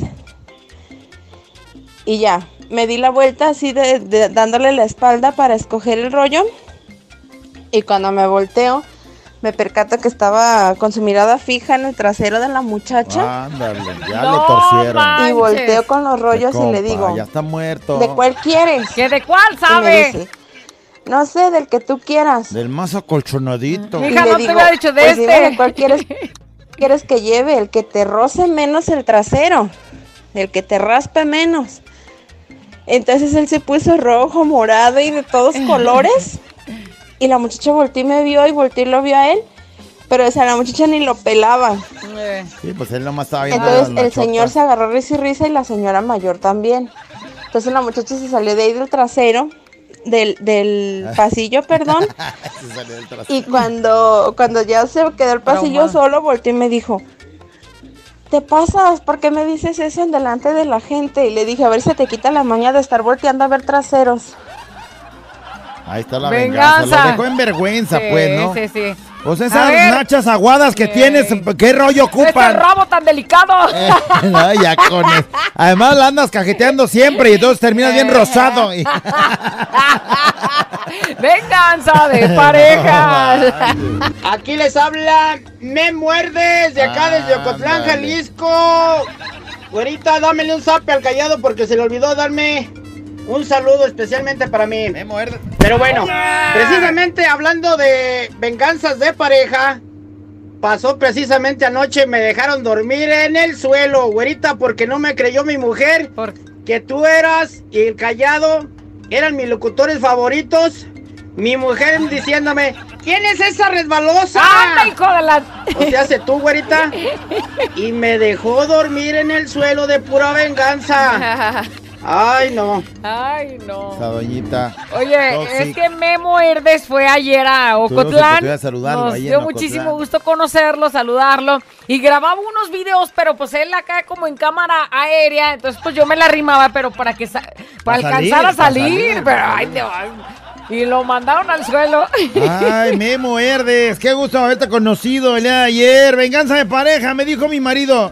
Y ya, me di la vuelta así de, de, dándole la espalda para escoger el rollo. Y cuando me volteo, me percato que estaba con su mirada fija en el trasero de la muchacha. Ándale, ya no lo torcieron. Manches. Y volteo con los rollos compa, y le digo, ya está muerto. ¿de cuál quieres? ¿Que de cuál sabe? Dice, no sé, del que tú quieras. Del más acolchonadito. Y Hija, le no digo, te había dicho de pues este. dime de cuál quieres, quieres que lleve, el que te roce menos el trasero, el que te raspe menos. Entonces él se puso rojo, morado y de todos colores. Y la muchacha volteó y me vio y volteó y lo vio a él. Pero o sea, la muchacha ni lo pelaba. Sí, pues él nomás estaba viendo. Entonces las el machotas. señor se agarró risa y risa y la señora mayor también. Entonces la muchacha se salió de ahí del trasero, del, del pasillo, perdón. Se salió del trasero. Y cuando, cuando ya se quedó el pasillo solo, volteó y me dijo, ¿te pasas? ¿Por qué me dices eso en delante de la gente? Y le dije, a ver si te quita la maña de estar volteando a ver traseros. Ahí está la Venganza. venganza. Lo dejó en vergüenza, Sí, pues, ¿no? sí, sí. Pues A esas ver. nachas aguadas que Sí. tienes, ¿qué rollo Este ocupan? rabo tan delicado. Eh, no, ya con eso. Además la andas cajeteando siempre y entonces terminas bien rosado. Y- Venganza de parejas. Aquí les habla Me Muerdes de acá desde Ocotlán, Ándale. Jalisco. Güerita, dámele un zape al Callado porque se le olvidó darme un saludo especialmente para mí. Me muerde. Pero bueno, precisamente hablando de venganzas de pareja, pasó precisamente anoche, me dejaron dormir en el suelo, güerita, porque no me creyó mi mujer que tú eras y el Callado eran mis locutores favoritos. Mi mujer diciéndome, ¿quién es esa resbalosa? ¡Anda, hijo de la...! O sea, hace tú, güerita. Y me dejó dormir en el suelo de pura venganza. Ay, no. Ay, no. Esa doñita. Oye, Tóxica. es que Memo Herdes fue ayer a Tuvimos Ocotlán. la oportunidad de saludarlo Nos ahí en dio Ocotlán. muchísimo gusto conocerlo, saludarlo. Y grababa unos videos, pero pues él acá como en cámara aérea. Entonces pues yo me la arrimaba, pero para que sa- para Pa' salir, alcanzar a pa' salir. salir, pero pa' ay, Dios. Y lo mandaron al suelo. Ay, Memo Herdes, qué gusto haberte conocido el día de ayer. Venganza de pareja, me dijo mi marido.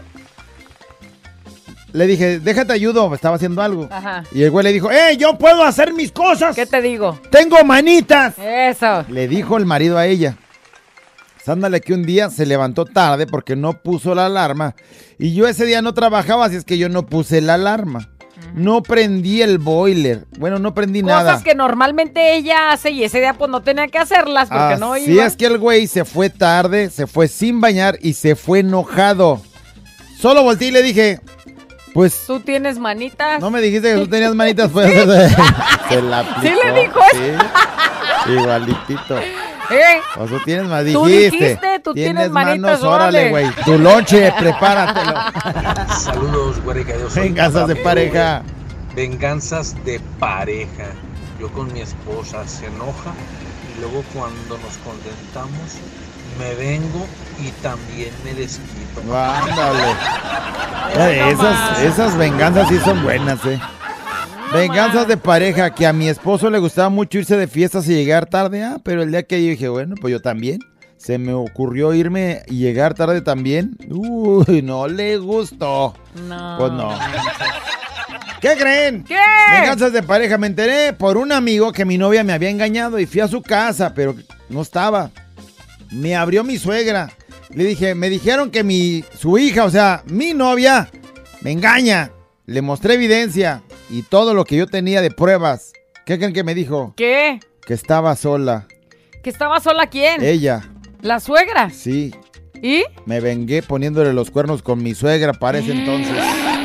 Le dije, déjate ayudo, estaba haciendo algo. Ajá. Y el güey le dijo, ¡eh, yo puedo hacer mis cosas! ¿Qué te digo? ¡Tengo manitas! Eso. Le dijo el marido a ella. Sándale que un día se levantó tarde porque no puso la alarma. Y yo ese día no trabajaba, así es que yo no puse la alarma. No prendí el boiler. Bueno, no prendí Cosas nada. que normalmente ella hace y ese día pues no tenía que hacerlas porque no Así iba. es que el güey se fue tarde, se fue sin bañar y se fue enojado. Solo volteé y le dije, pues... ¿Tú tienes manitas? No me dijiste que tú tenías manitas, pues... Se la aplicó. ¿Sí le dijo eso? Sí, igualitito. ¿Eh? O tú tienes más, Tú dijiste. dijiste, tú tienes manitas, manos, órale, órale. güey. Tu lonche, prepáratelo. Saludos, güey, que yo soy Venganzas de papá, pareja. Venganzas de pareja. Yo con mi esposa se enoja y luego cuando nos contentamos me vengo y también me desquito. Ándale. Ya, Esas, esas venganzas sí son buenas, eh. Venganzas de pareja, que a mi esposo le gustaba mucho irse de fiestas y llegar tarde. Ah, pero el día que yo dije, bueno, pues yo también. Se me ocurrió irme y llegar tarde también. Uy, no le gustó. No. Pues no. ¿Qué creen? ¿Qué? Venganzas de pareja. Me enteré por un amigo que mi novia me había engañado y fui a su casa, pero no estaba. Me abrió mi suegra. Le dije, me dijeron que mi, su hija, o sea, mi novia, me engaña. Le mostré evidencia y todo lo que yo tenía de pruebas. ¿Qué creen que me dijo? ¿Qué? Que estaba sola. ¿Que estaba sola quién? Ella, ¿La suegra? sí. ¿Y? Me vengué poniéndole los cuernos con mi suegra para ese entonces.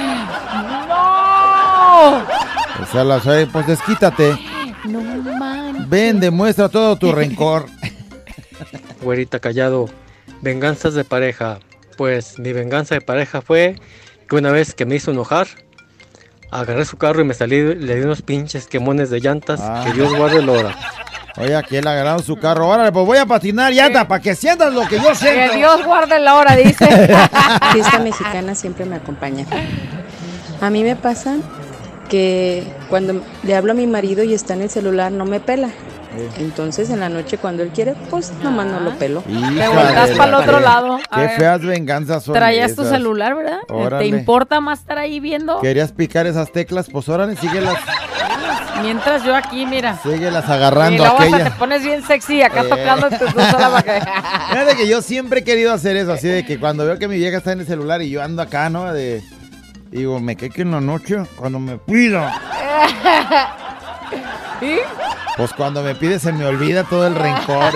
¡No! O sea, la suegra, pues desquítate. No manches. Ven, demuestra todo tu rencor. Güerita Callado, venganzas de pareja. Pues mi venganza de pareja fue que una vez que me hizo enojar, Agarré su carro y me salí, le di unos pinches quemones de llantas. Ah. Que Dios guarde la hora. Oye, aquí él agarraron su carro. Órale, pues voy a patinar llanta para que sientas lo que yo siento. Que Dios guarde la hora, dice. Fiesta mexicana siempre me acompaña. A mí me pasa que cuando le hablo a mi marido y está en el celular no me pela. Entonces en la noche cuando él quiere, pues nomás no lo pelo. Te volteas para el otro lado. A Qué ver. feas venganzas son Traías tu esas. celular, ¿verdad? Órale. ¿Te importa más estar ahí viendo? ¿Querías picar esas teclas? Pues órale, síguelas, Mientras yo aquí, mira. síguelas Y agarrando luego hasta aquella. te pones bien sexy acá Eh. tocando tu tu sola para que... Fíjate que yo siempre he querido hacer eso, así de que cuando veo que mi vieja está en el celular y yo ando acá, ¿no? De, digo, me cae que en la noche, cuando me pido, ¿Y? pues cuando me pide se me olvida todo el rencor.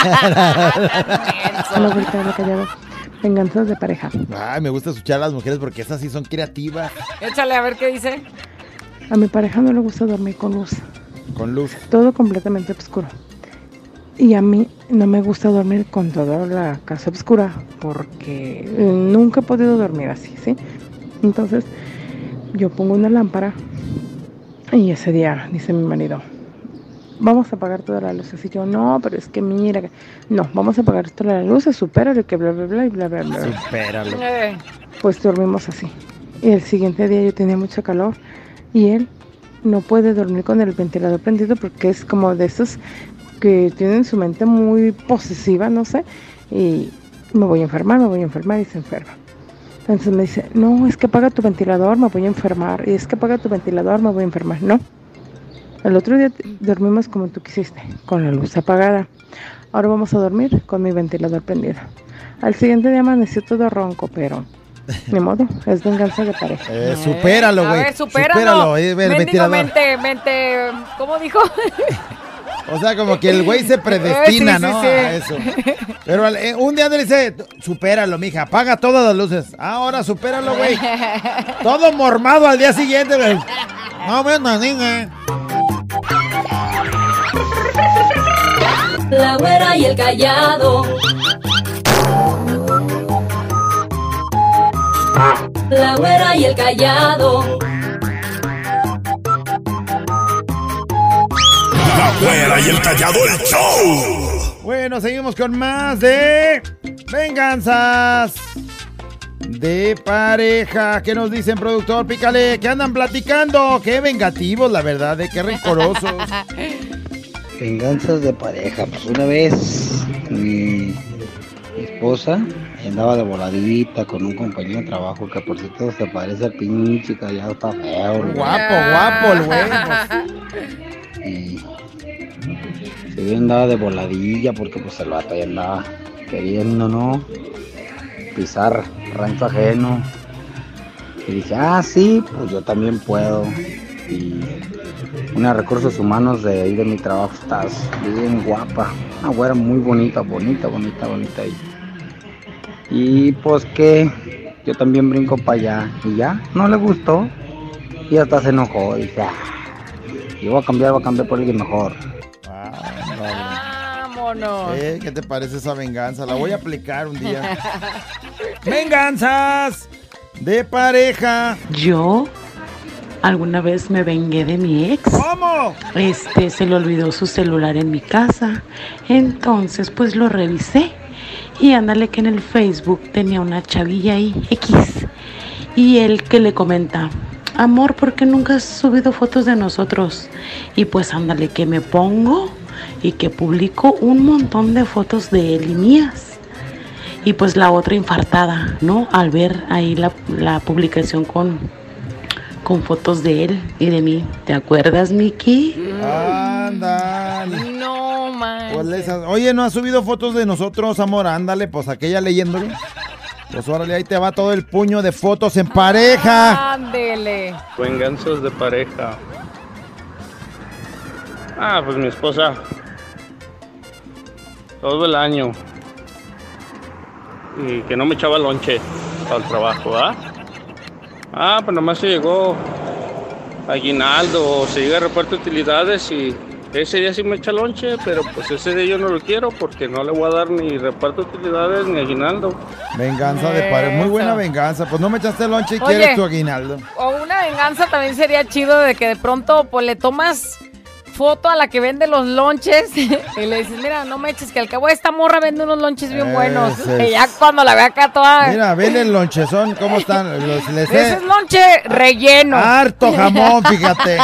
Hola, vuelta de la callado. Venganzas de pareja. Ay, me gusta escuchar a las mujeres porque esas sí son creativas. Échale a ver qué dice. A mi pareja no le gusta dormir con luz. Con luz. Todo completamente oscuro. Y a mí no me gusta dormir con toda la casa oscura porque eh, nunca he podido dormir así, ¿sí? Entonces, yo pongo una lámpara y ese día dice mi marido, vamos a apagar todas las luces. Y yo, no, pero es que mira, que- no, vamos a apagar todas las luces, supéralo, que bla, bla, bla, y bla, bla, bla. Supéralo. Eh, Pues dormimos así. Y el siguiente día yo tenía mucho calor y él no puede dormir con el ventilador prendido porque es como de esos que tienen su mente muy posesiva, no sé, y me voy a enfermar, me voy a enfermar y se enferma. Entonces me dice, no, es que apaga tu ventilador, me voy a enfermar, y es que apaga tu ventilador, me voy a enfermar. No. El otro día t- dormimos como tú quisiste, con la luz apagada. Ahora vamos a dormir con mi ventilador prendido. Al siguiente día amaneció todo ronco, pero ni modo, es venganza de pareja. Eh, supéralo, A güey. ver, supéralo. Supéralo, eh, el Mendigo ventilador. mente, mente, ¿cómo dijo? O sea, como que el güey se predestina, Eh, sí, sí, ¿no? sí. A eso. Pero eh, un día le dice, supéralo, mija, apaga todas las luces. Ahora supéralo, güey. Todo mormado al día siguiente, güey. No, bueno, niña. La güera y el callado. La güera y el callado. La güera y el callado, el show. Bueno, seguimos con más de venganzas de pareja. ¿Qué nos dicen, productor? Pícale, ¿qué andan platicando? Qué vengativos, la verdad, de qué rencorosos. Venganzas de pareja. Pues una vez mi esposa andaba de voladita con un compañero de trabajo que por cierto se parece al pinche callado, está feo. el güey. Guapo, guapo el güey. Y se ve andaba de voladilla porque pues el vato ya andaba queriendo, ¿no? Pisar rancho ajeno. Y dije, ah, sí, pues yo también puedo. Y una de recursos humanos de ahí de mi trabajo, estás bien guapa. Una güera muy bonita, bonita, bonita, bonita. Y, y pues que yo también brinco para allá. Y ya, no le gustó. Y hasta se enojó. Y dije, ah, yo voy a cambiar, voy a cambiar por alguien mejor. Vámonos. Eh, ¿Qué te parece esa venganza? La voy a aplicar un día. ¡Venganzas de pareja! Yo alguna vez me vengué de mi ex. ¿Cómo? Este, se le olvidó su celular en mi casa. Entonces, pues lo revisé. Y ándale que en el Facebook tenía una chavilla ahí, X. Y él que le comenta, amor, ¿por qué nunca has subido fotos de nosotros? Y pues ándale que me pongo y que publico un montón de fotos de él y mías. Y pues la otra infartada, ¿no? Al ver ahí la, la publicación con, con fotos de él y de mí. ¿Te acuerdas, Miki? Ándale. No, man. Pues esas- Oye, ¿no has subido fotos de nosotros, amor? Ándale, pues aquella leyéndolo. Pues órale, ahí te va todo el puño de fotos en pareja. Ándele. Venganzas de pareja. Ah, pues mi esposa. Todo el año. Y que no me echaba lonche para el trabajo, ¿ah? Ah, pues nomás se llegó aguinaldo o se llega a reparto de utilidades y ese día sí me echa lonche, pero pues ese día yo no lo quiero porque no le voy a dar ni reparto de utilidades ni aguinaldo. Venganza de pareja, muy buena venganza. Pues no me echaste lonche y Oye, quieres tu aguinaldo. O una venganza también sería chido de que de pronto pues le tomas foto a la que vende los lonches y le dices, mira, no me eches, que al cabo esta morra vende unos lonches bien buenos. Ese Y ya es- cuando la ve acá toda... Mira, ven el lonchezón, ¿cómo están? Los, les he- Ese es lonche relleno. Harto jamón, fíjate.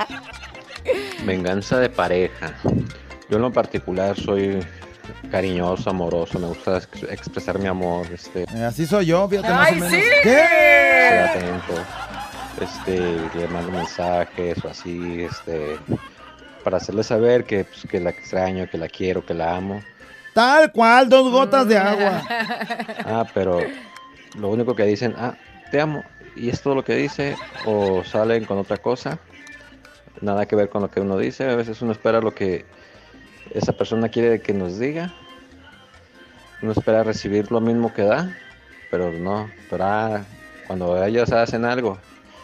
Venganza de pareja. Yo en lo particular soy cariñoso, amoroso, me gusta ex- expresar mi amor, este, Eh, Así soy yo, fíjate más ¡Ay, o menos. sí! soy ¿Qué? atento, este, le mando mensajes o así, este, para hacerle saber que, pues, que la extraño, que la quiero, que la amo. Tal cual, dos gotas de agua. Ah, pero lo único que dicen, ah, te amo, y es todo lo que dice, o salen con otra cosa, nada que ver con lo que uno dice. A veces uno espera lo que esa persona quiere que nos diga, uno espera recibir lo mismo que da, pero no, pero ah, cuando ellos hacen algo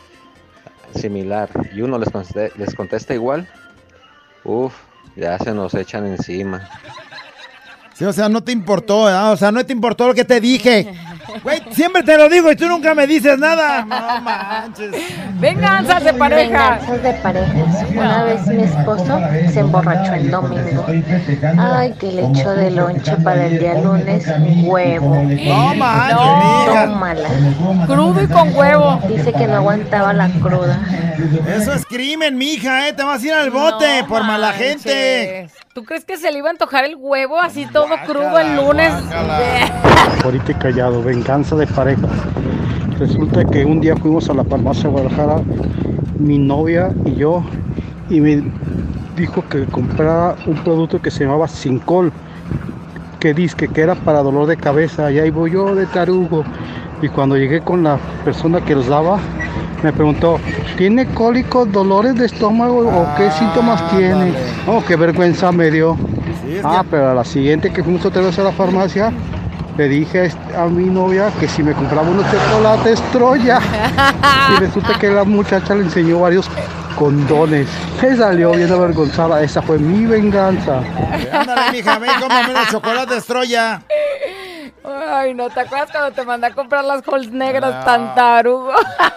similar y uno les contesta, les contesta igual, uff, ya se nos echan encima. Sí, o sea, no te importó, ¿verdad? O sea, no te importó lo que te dije. Güey, siempre te lo digo y tú nunca me dices nada. No manches. Venganzas de pareja. Venganzas de parejas. Una vez mi esposo se emborrachó el domingo. Ay, que le echó de lonche para el día lunes huevo. No manches, No. mija. Tómala. Crudo y con huevo. Dice que no aguantaba la cruda. Eso es crimen, mija, ¿eh? Te vas a ir al bote No por mala gente. manches. ¿Tú crees que se le iba a antojar el huevo así todo crudo el lunes? Ahorita callado, venganza de pareja. Resulta que un día fuimos a la farmacia de Guadalajara, mi novia y yo, y me dijo que comprara un producto que se llamaba Sincol, que dice que era para dolor de cabeza, y ahí voy yo de tarugo. Y cuando llegué con la persona que los daba, me preguntó, ¿tiene cólicos, dolores de estómago o qué síntomas tiene? Oh, qué vergüenza me dio. Ah, pero a la siguiente que fuimos otra vez a la farmacia, le dije a mi novia que si me compraba unos chocolates Troya. Y resulta que la muchacha le enseñó varios condones. Se salió bien avergonzada. Esa fue mi venganza. Ándale, mija, ven, cómame unos chocolates Troya. Ay, no, ¿te acuerdas cuando te mandé a comprar las Halls negras Ah. tan tarugo?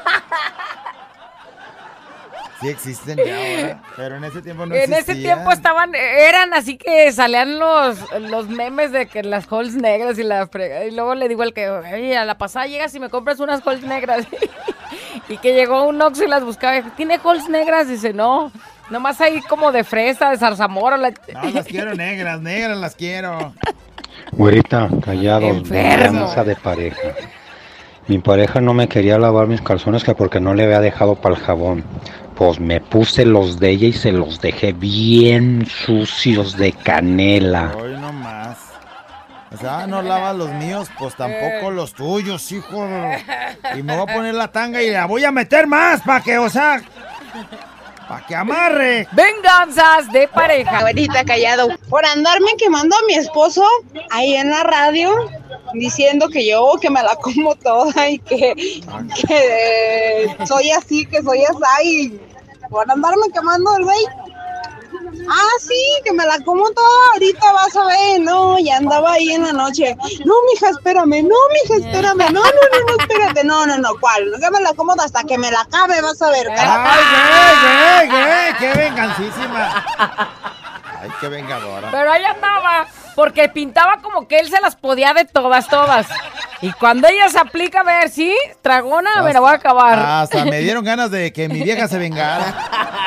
Sí existen ya ahora, pero en ese tiempo no En ese existían. tiempo estaban, eran así que salían los, los memes de que las Halls negras y la frega. Y luego le digo al que, oye, a la pasada llegas y me compras unas Halls negras. Y que llegó un Oxxo y las buscaba. Y dijo, ¿tiene Halls negras? Dice, no, nomás hay como de fresa, de zarzamora. La... No, las quiero negras, negras las quiero. Güerita, callados, Enfermo. venganza de pareja. Mi pareja no me quería lavar mis calzones que porque no le había dejado para el jabón. Pues me puse los de ella y se los dejé bien sucios de canela. Hoy no más. O sea, no lavas los míos, pues tampoco los tuyos, hijo. Y me voy a poner la tanga y la voy a meter más para que, o sea, para que amarre. Venganzas de pareja. Ahorita callado. Por andarme quemando a mi esposo ahí en la radio, diciendo que yo, que me la como toda y que, que eh, soy así, que soy así. Por andarme quemando el güey. Ah, sí, que me la como toda, ahorita vas a ver. No, ya andaba ahí en la noche. No, mija, espérame, no, mija, espérame. No, no, no, no, espérate. No, no, no, ¿cuál? No, que me la como hasta que me la acabe, vas a ver. ¡Ay, güey, güey, güey! ¡Qué vengancísima! ¡Ay, qué vengadora! Pero ahí andaba, porque pintaba como que él se las podía de todas, todas. Y cuando ella se aplica, a ver, ¿sí? Tragona, me la voy a acabar. Hasta me dieron ganas de que mi vieja se vengara.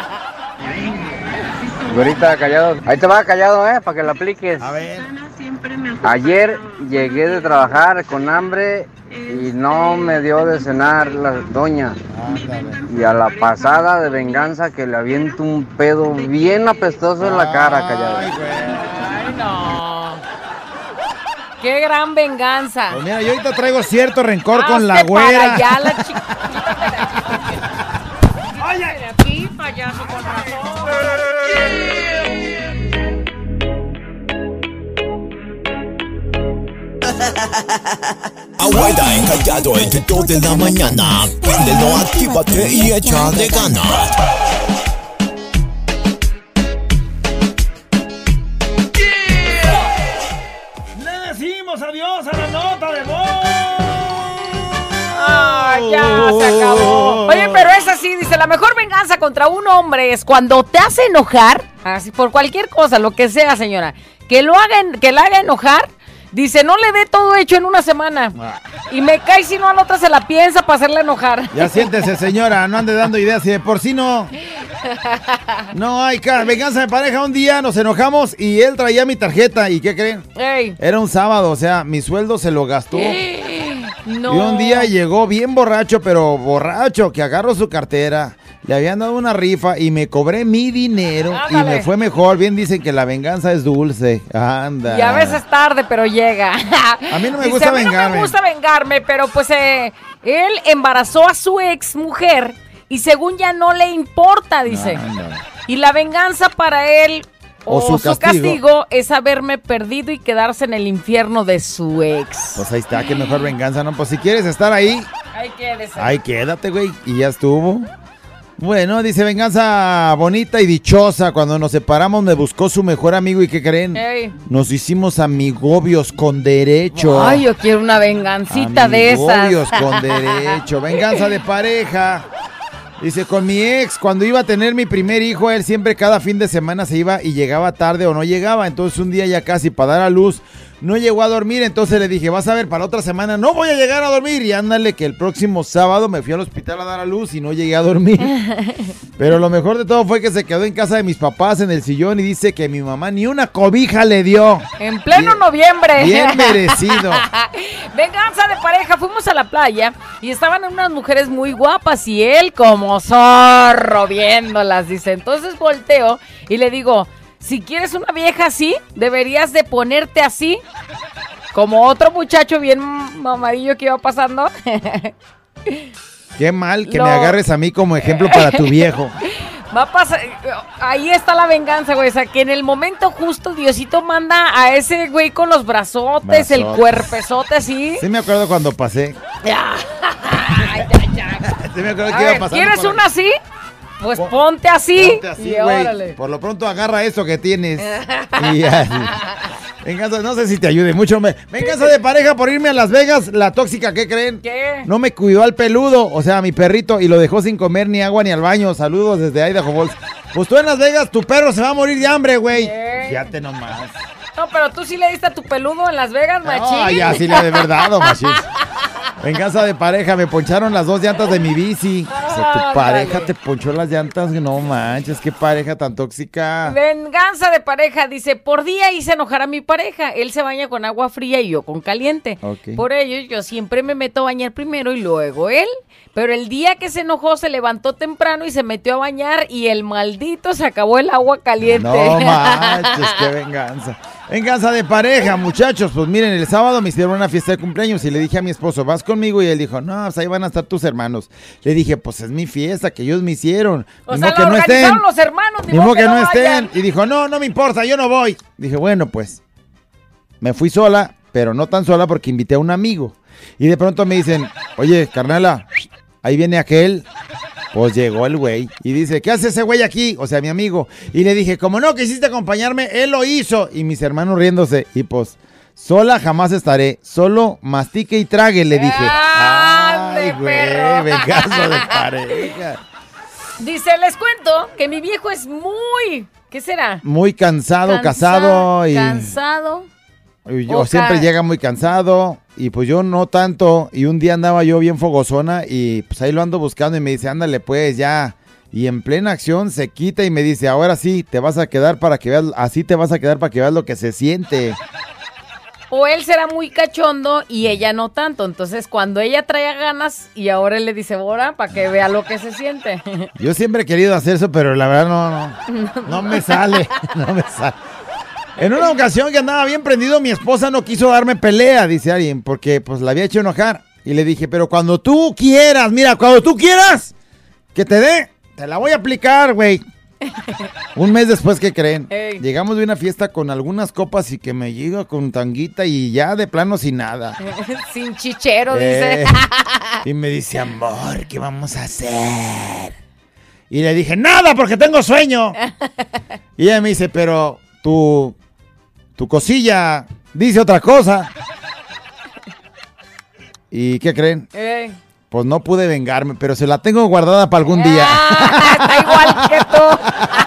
Güerita, callado. Ahí te va, callado, ¿eh? Para que lo apliques. A ver. Ayer llegué de trabajar con hambre y no me dio de cenar la doña. Y a la pasada de venganza que le aviento un pedo bien apestoso en la cara, callado. Ay, no. Qué gran venganza. Pues mira, yo ahorita traigo cierto rencor Hazte con la para güera. allá, la chica. Oye, de aquí, payaso, con razón. Abuela encallado entre dos de la mañana. Préndelo, actívate y echa de ganas. se acabó. Oye, pero es así, dice, la mejor venganza contra un hombre es cuando te hace enojar, así por cualquier cosa, lo que sea, señora, que lo hagan, que la haga enojar. Dice, no le dé todo hecho en una semana. Ah. Y me cae si no a la otra se la piensa para hacerla enojar. Ya siéntese, señora, no ande dando ideas y de por sí no. No hay cara. Venganza de pareja, un día nos enojamos y él traía mi tarjeta. ¿Y qué creen? Ey. Era un sábado, o sea, mi sueldo se lo gastó. No. Y un día llegó bien borracho, pero borracho, que agarró su cartera. Le habían dado una rifa y me cobré mi dinero. Ándale. Y me fue mejor. Bien dicen que la venganza es dulce. Anda. Y a veces tarde, pero llega. A mí no me Dice, gusta a mí vengarme. no me gusta vengarme, pero pues eh, él embarazó a su ex mujer y según ya no le importa, dice. Anda. Y la venganza para él o, o su, su castigo. castigo es haberme perdido y quedarse en el infierno de su ex. Pues ahí está, qué mejor venganza, ¿no? Pues si quieres estar ahí, ahí quédese. Ahí quédate, güey. Y ya estuvo. Bueno, dice, venganza bonita y dichosa. Cuando nos separamos me buscó su mejor amigo y ¿qué creen? Hey. Nos hicimos amigobios con derecho. Ay, yo quiero una vengancita amigobios de esas. Amigobios con derecho. Venganza de pareja. Dice, con mi ex, cuando iba a tener mi primer hijo, él siempre cada fin de semana se iba y llegaba tarde o no llegaba. Entonces un día ya casi para dar a luz no llegó a dormir, entonces le dije, vas a ver, para la otra semana no voy a llegar a dormir. Y ándale que el próximo sábado me fui al hospital a dar a luz y no llegué a dormir. Pero lo mejor de todo fue que se quedó en casa de mis papás en el sillón y dice que mi mamá ni una cobija le dio. En pleno bien, noviembre. Bien merecido. Venganza de pareja, fuimos a la playa y estaban unas mujeres muy guapas y él como zorro viéndolas, dice. Entonces volteo y le digo, si quieres una vieja así, deberías de ponerte así, como otro muchacho bien mamadillo que iba pasando. Qué mal que Lo... me agarres a mí como ejemplo para tu viejo. Va a pasar, ahí está la venganza, güey, o sea, que en el momento justo Diosito manda a ese güey con los brazotes, brazotes. el cuerpezote así. Sí me acuerdo cuando pasé. Ya, ya, ya. Sí me acuerdo a que ver, iba pasando. ¿Quieres una así? Pues ponte así. Ponte así, güey. Por lo pronto agarra eso que tienes. Y así. Venganza, no sé si te ayude mucho. Venganza de pareja por irme a Las Vegas. La tóxica, ¿qué creen? ¿Qué? No me cuidó al peludo, o sea, a mi perrito, y lo dejó sin comer ni agua ni al baño. Saludos desde Idaho Falls. Pues tú en Las Vegas, tu perro se va a morir de hambre, güey. Fíjate nomás. No, pero tú sí le diste a tu peludo en Las Vegas, machín. No, ya sí le de verdad, machín. Venganza de pareja, me poncharon las dos llantas de mi bici. O sea, tu pareja dale. te ponchó las llantas, no manches, qué pareja tan tóxica. Venganza de pareja, dice, por día hice enojar a mi pareja. Él se baña con agua fría y yo con caliente. Okay. Por ello, yo siempre me meto a bañar primero y luego él. Pero el día que se enojó, se levantó temprano y se metió a bañar y el maldito se acabó el agua caliente. No manches, qué venganza. Venganza de pareja, muchachos. Pues miren, el sábado me hicieron una fiesta de cumpleaños y le dije a mi esposo, ¿vas conmigo? Y él dijo, no, pues ahí van a estar tus hermanos. Le dije, pues es mi fiesta, que ellos me hicieron. O ni sea, que lo no organizaron estén. los hermanos, ni modo que, que no, no estén. Y dijo, no, no me importa, yo no voy. Dije, bueno, pues me fui sola, pero no tan sola porque invité a un amigo. Y de pronto me dicen, oye, carnala, ahí viene aquel. Pues llegó el güey y dice, ¿qué hace ese güey aquí? O sea, mi amigo. Y le dije, como no quisiste acompañarme, él lo hizo. Y mis hermanos riéndose. Y pues, sola jamás estaré. Solo mastique y trague, le dije. ¡Ay, güey! Venganza de pareja. Dice, les cuento que mi viejo es muy... ¿Qué será? Muy cansado, Cansa, casado y... Cansado. Yo siempre llega muy cansado y pues yo no tanto, y un día andaba yo bien fogozona y pues ahí lo ando buscando y me dice, ándale pues ya, y en plena acción se quita y me dice, ahora sí, te vas a quedar para que veas, así te vas a quedar para que veas lo que se siente. O él será muy cachondo y ella no tanto, entonces cuando ella trae ganas y ahora él le dice, ahora para que vea lo que se siente. Yo siempre he querido hacer eso, pero la verdad no, no, no, no me sale, no me sale. En una ocasión que andaba bien prendido, mi esposa no quiso darme pelea, dice alguien, porque pues la había hecho enojar. Y le dije, pero cuando tú quieras, mira, cuando tú quieras que te dé, te la voy a aplicar, güey. Un mes después, ¿qué creen? Ey. Llegamos de una fiesta con algunas copas y que me llega con tanguita y ya de plano sin nada. Sin chichero, eh, dice. Y me dice, amor, ¿qué vamos a hacer? Y le dije, nada, porque tengo sueño. Y ella me dice, pero tú... Tu cosilla dice otra cosa. ¿Y qué creen? Eh. pues no pude vengarme, pero se la tengo guardada para algún día. Ah, está igual que tú.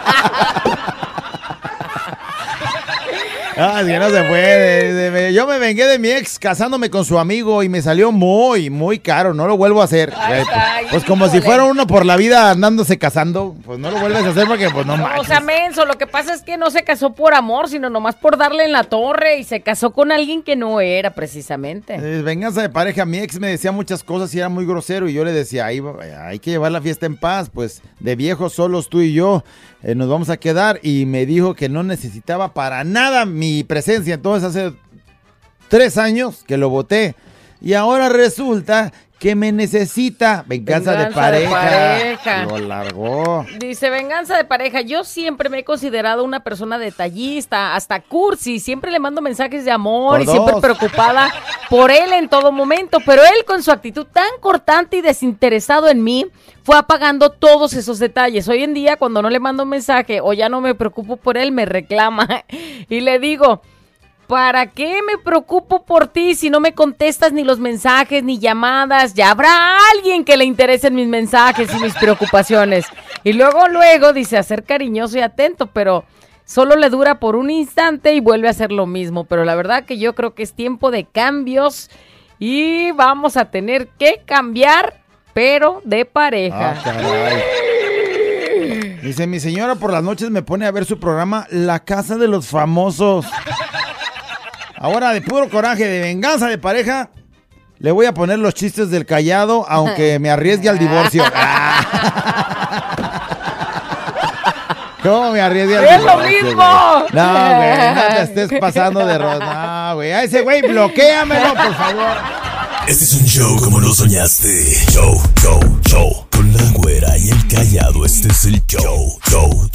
Ah, es que no se puede. Yo me vengué de mi ex casándome con su amigo y me salió muy, muy caro. No lo vuelvo a hacer. Ay, ay, pues como híjole. si fuera uno por la vida andándose casando, pues no lo vuelves a hacer porque pues no manches. O sea, menso, lo que pasa es que no se casó por amor, sino nomás por darle en la torre y se casó con alguien que no era precisamente. Eh, venganza de pareja. Mi ex me decía muchas cosas y era muy grosero y yo le decía, hay, hay que llevar la fiesta en paz, pues de viejos solos tú y yo eh, nos vamos a quedar, y me dijo que no necesitaba para nada mi presencia. Entonces hace tres años que lo boté y ahora resulta que me necesita. Venganza, Venganza de pareja. de pareja. Lo largó. Dice, venganza de pareja. Yo siempre me he considerado una persona detallista, hasta cursi. Siempre le mando mensajes de amor Por y siempre dos. preocupada por él en todo momento. Pero él, con su actitud tan cortante y desinteresado en mí, fue apagando todos esos detalles. Hoy en día, cuando no le mando un mensaje o ya no me preocupo por él, me reclama. Y le digo, ¿para qué me preocupo por ti si no me contestas ni los mensajes ni llamadas? Ya habrá alguien que le interesen mis mensajes y mis preocupaciones. Y luego, luego, dice, a ser cariñoso y atento, pero solo le dura por un instante y vuelve a hacer lo mismo. Pero la verdad que yo creo que es tiempo de cambios y vamos a tener que cambiar, pero de pareja. Ah, caray. Dice, mi señora por las noches me pone a ver su programa La Casa de los Famosos. Ahora, de puro coraje, de venganza de pareja, le voy a poner los chistes del Callado, aunque me arriesgue al divorcio. ¿Cómo me arriesgue al ¡Es divorcio? lo mismo! Güey? No, güey, no te estés pasando de rosca. No, güey, a ese güey, bloquéamelo, por favor. Este es un show como lo soñaste. Show, show, show. Con la güera y el Callado, este es el show, show